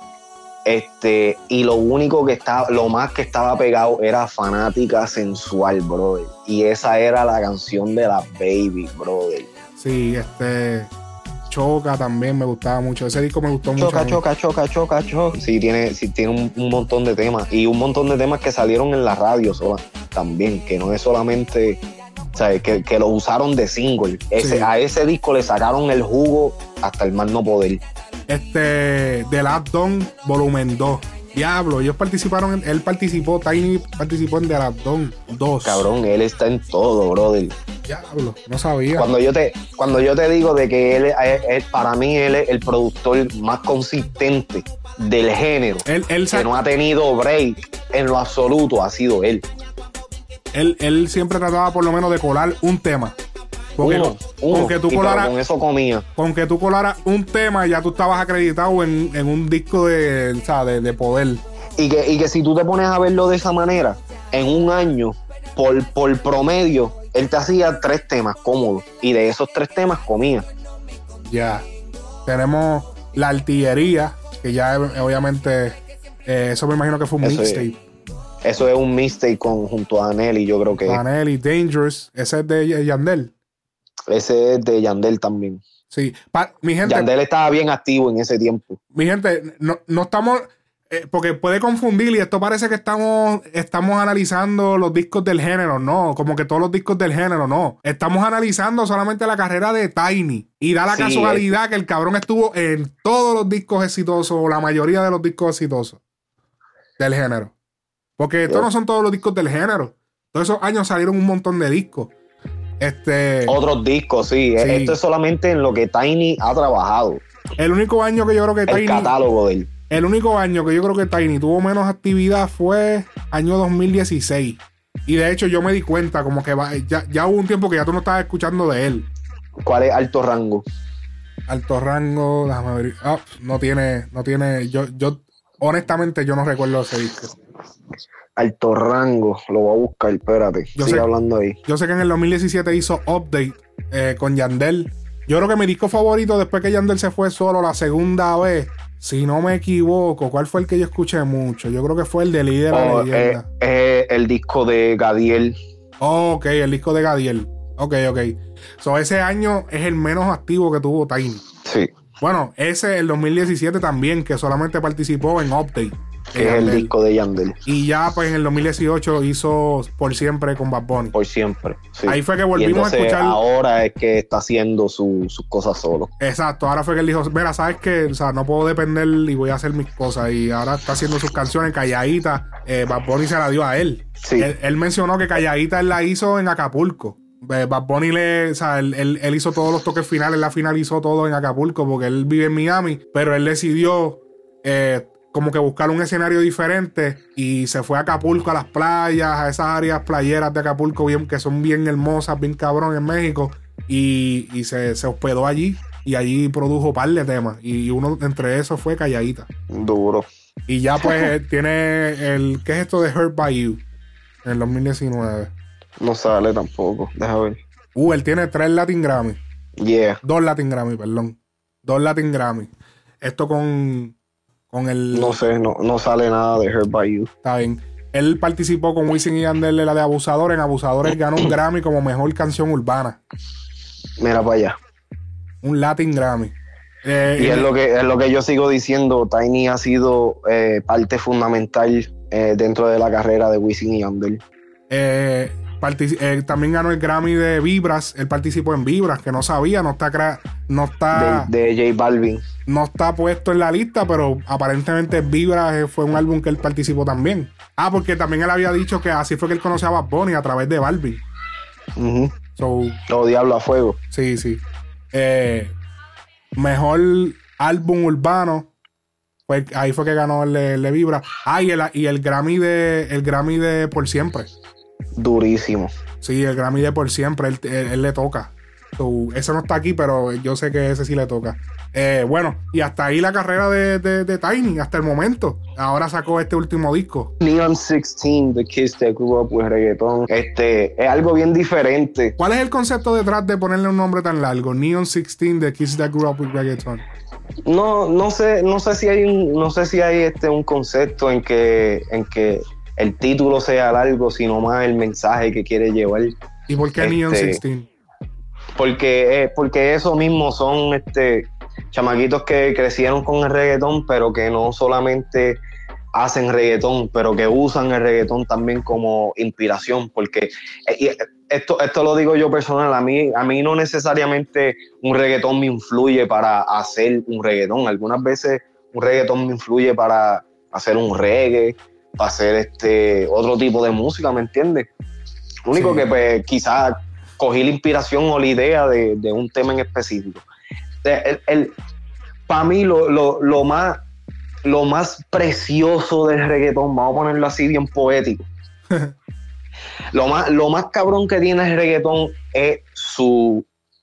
Este, y lo único que estaba, lo más que estaba pegado era Fanática Sensual, brother. Y esa era la canción de la Baby, brother. Sí, este. Choca también me gustaba mucho. Ese disco me gustó choca, mucho. Choca, choca, choca, choca. Sí, tiene, sí, tiene un, un montón de temas. Y un montón de temas que salieron en la radio sola, también. Que no es solamente. ¿Sabes? Que, que lo usaron de single. Ese, sí. A ese disco le sacaron el jugo hasta el más no poder. Este, The Last Don Volumen dos. Diablo, ellos participaron, en, él participó, Tiny participó en The Last Don dos. Cabrón, él está en todo, brother. Diablo, no sabía. Cuando yo te, cuando yo te digo de que él, él, él para mí, él es el productor más consistente del género, él, él que no ha tenido break en lo absoluto, ha sido él. Él, él siempre trataba por lo menos de colar un tema. Porque uno, con, uno, con que tú colaras, con eso comía. Con que tú colaras un tema, ya tú estabas acreditado en, en un disco de, o sea, de, de poder. Y que, y que si tú te pones a verlo de esa manera, en un año, por, por promedio, él te hacía tres temas cómodos. Y de esos tres temas comía. Ya. Tenemos La Artillería, que ya obviamente, eh, eso me imagino que fue un eso mixtape. Es, eso es un mixtape con, junto a Nelly, yo creo que. Nelly, Dangerous, ese es de Yandel. Ese es de Yandel también. Sí, pa, mi gente. Yandel estaba bien activo en ese tiempo. Mi gente, no, no estamos. eh, porque puede confundir y esto parece que estamos, estamos analizando los discos del género, no, como que todos los discos del género, no. Estamos analizando solamente la carrera de Tiny y da la sí, casualidad es... que el cabrón estuvo en todos los discos exitosos o la mayoría de los discos exitosos del género. Porque estos no son todos los discos del género. Todos esos años salieron un montón de discos. Este, Otros discos, sí. sí. Esto es solamente en lo que Tiny ha trabajado. El único año que yo creo que el Tiny... El catálogo de él. El único año que yo creo que Tiny tuvo menos actividad fue año dos mil dieciséis. Y de hecho yo me di cuenta como que va, ya, ya hubo un tiempo que ya tú no estabas escuchando de él. ¿Cuál es Alto Rango? Alto Rango, déjame ver. Oh, no tiene, no tiene... Yo, yo honestamente yo no recuerdo ese disco. Alto Rango, lo voy a buscar, espérate. Yo sigue sé, hablando ahí. Yo sé que en el dos mil diecisiete hizo Update eh, con Yandel. Yo creo que mi disco favorito después que Yandel se fue solo la segunda vez, si no me equivoco, ¿cuál fue el que yo escuché mucho? Yo creo que fue el de Líder a oh, la Leyenda. Es eh, eh, el disco de Gadiel. Oh, ok, el disco de Gadiel. Ok, ok. So, ese año es el menos activo que tuvo Tiny. Sí. Bueno, ese el dos mil diecisiete también, que solamente participó en Update. Que es el disco de Yandel. Y ya pues en el dos mil dieciocho hizo Por Siempre con Bad Bunny. Por Siempre, sí. Ahí fue que volvimos a escuchar. Ahora es que está haciendo su, sus cosas solo. Exacto, ahora fue que él dijo, mira, ¿sabes qué? O sea, no puedo depender y voy a hacer mis cosas. Y ahora está haciendo sus canciones calladitas. Eh, Bad Bunny se la dio a él. Sí. Él, él mencionó que Calladita él la hizo en Acapulco. Bad Bunny le, o sea, él, él, él hizo todos los toques finales, la finalizó todo en Acapulco porque él vive en Miami, pero él decidió eh, como que buscar un escenario diferente y se fue a Acapulco, a las playas, a esas áreas playeras de Acapulco bien, que son bien hermosas, bien cabrón en México, y, y se, se hospedó allí y allí produjo un par de temas y uno entre esos fue Calladita. Duro. Y ya pues tiene el, ¿qué es esto de Hurt by You? En el dos mil diecinueve. No sale tampoco, déjame ver. Uh, él tiene tres Latin Grammy. Yeah. Dos Latin Grammy, perdón. Dos Latin Grammy. Esto con, con el... No sé, no, no sale nada de Hurt by You. Está bien. Él participó con Wisin y Yandel en la de Abusador. En Abusadores ganó un Grammy como mejor canción urbana. Mira para allá. Un Latin Grammy. Eh, y es lo que es lo que yo sigo diciendo. Tiny ha sido eh, parte fundamental eh, dentro de la carrera de Wisin y Yandel. Eh... Partici- eh, también ganó el Grammy de Vibras. Él participó en Vibras, que no sabía, no está cra- no está de, de J Balvin. No está puesto en la lista, pero aparentemente Vibras fue un álbum que él participó también. Ah, porque también él había dicho que así fue que él conoció a Bad Bunny a través de Balvin. Uh-huh. So, oh, Diablo a Fuego. Sí, sí. Eh, mejor álbum urbano. Pues ahí fue que ganó el de, el de Vibra. Ah, y el, y el Grammy de el Grammy de Por Siempre. Durísimo. Sí, el Grammy de Por Siempre, él, él, él le toca. So, ese no está aquí, pero yo sé que ese sí le toca. Eh, bueno, y hasta ahí la carrera de, de, de Tiny, hasta el momento. Ahora sacó este último disco. Neon dieciséis, The Kids That Grew Up With Reggaeton. Este, es algo bien diferente. ¿Cuál es el concepto detrás de ponerle un nombre tan largo? Neon dieciséis, The Kids That Grew Up With Reggaeton. No, no sé, no sé si hay un, no sé si hay este un concepto en que, en que el título sea largo, sino más el mensaje que quiere llevar. ¿Y por qué este, Neon dieciséis? Porque, eh, porque eso mismo son este, chamaquitos que crecieron con el reggaetón, pero que no solamente hacen reggaetón, pero que usan el reggaetón también como inspiración. Porque eh, esto, esto lo digo yo personal, a mí, a mí no necesariamente un reggaetón me influye para hacer un reggaetón. Algunas veces un reggaetón me influye para hacer un reggae, para hacer este otro tipo de música, ¿me entiendes? Lo único sí. que pues quizás cogí la inspiración o la idea de, de un tema en específico. El, el, para mí lo, lo, lo, más, lo más precioso del reggaetón, vamos a ponerlo así bien poético, lo, más, lo más cabrón que tiene el reggaetón es su,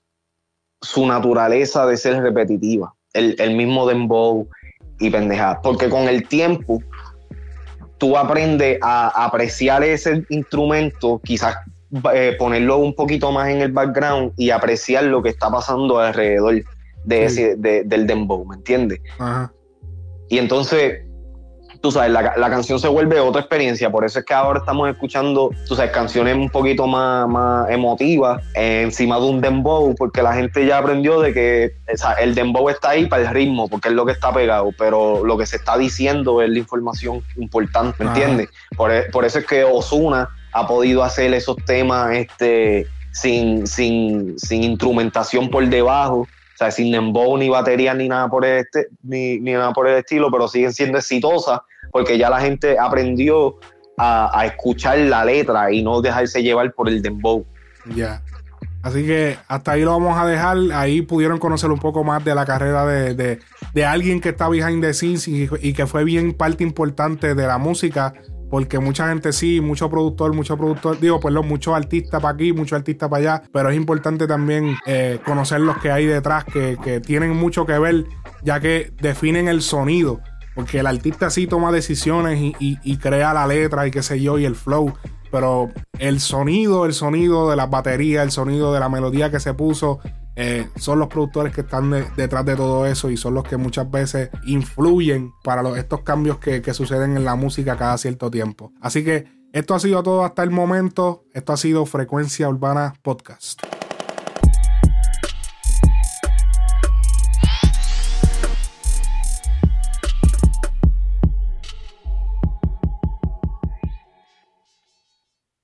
su naturaleza de ser repetitiva, el, el mismo dembow y pendejada, porque con el tiempo tú aprendes a apreciar ese instrumento, quizás eh, ponerlo un poquito más en el background y apreciar lo que está pasando alrededor de sí. ese, de, del dembow, ¿me entiendes? Ajá. Y entonces, tú sabes, la, la canción se vuelve otra experiencia. Por eso es que ahora estamos escuchando, tú sabes, canciones un poquito más, más emotivas eh, encima de un dembow, porque la gente ya aprendió de que, o sea, el dembow está ahí para el ritmo, porque es lo que está pegado, pero lo que se está diciendo es la información importante, ¿me entiendes? Por, por eso es que Ozuna ha podido hacer esos temas este, sin, sin, sin instrumentación por debajo, o sea, sin dembow, ni batería, ni nada por el este, ni, ni nada por el estilo, pero siguen siendo exitosas porque ya la gente aprendió a, a escuchar la letra y no dejarse llevar por el dembow. Ya. Yeah. Así que hasta ahí lo vamos a dejar. Ahí pudieron conocer un poco más de la carrera de, de, de alguien que está behind the scenes y, y que fue bien parte importante de la música. Porque mucha gente sí, mucho productor, mucho productor, digo, pues muchos artistas para aquí, muchos artistas para allá, pero es importante también eh, conocer los que hay detrás, que, que tienen mucho que ver, ya que definen el sonido, porque el artista sí toma decisiones y, y, y crea la letra y qué sé yo, y el flow, pero el sonido, el sonido de las baterías, el sonido de la melodía que se puso, Eh, son los productores que están de, detrás de todo eso y son los que muchas veces influyen para los, estos cambios que, que suceden en la música cada cierto tiempo. Así que esto ha sido todo hasta el momento. Esto ha sido Frecuencia Urbana Podcast.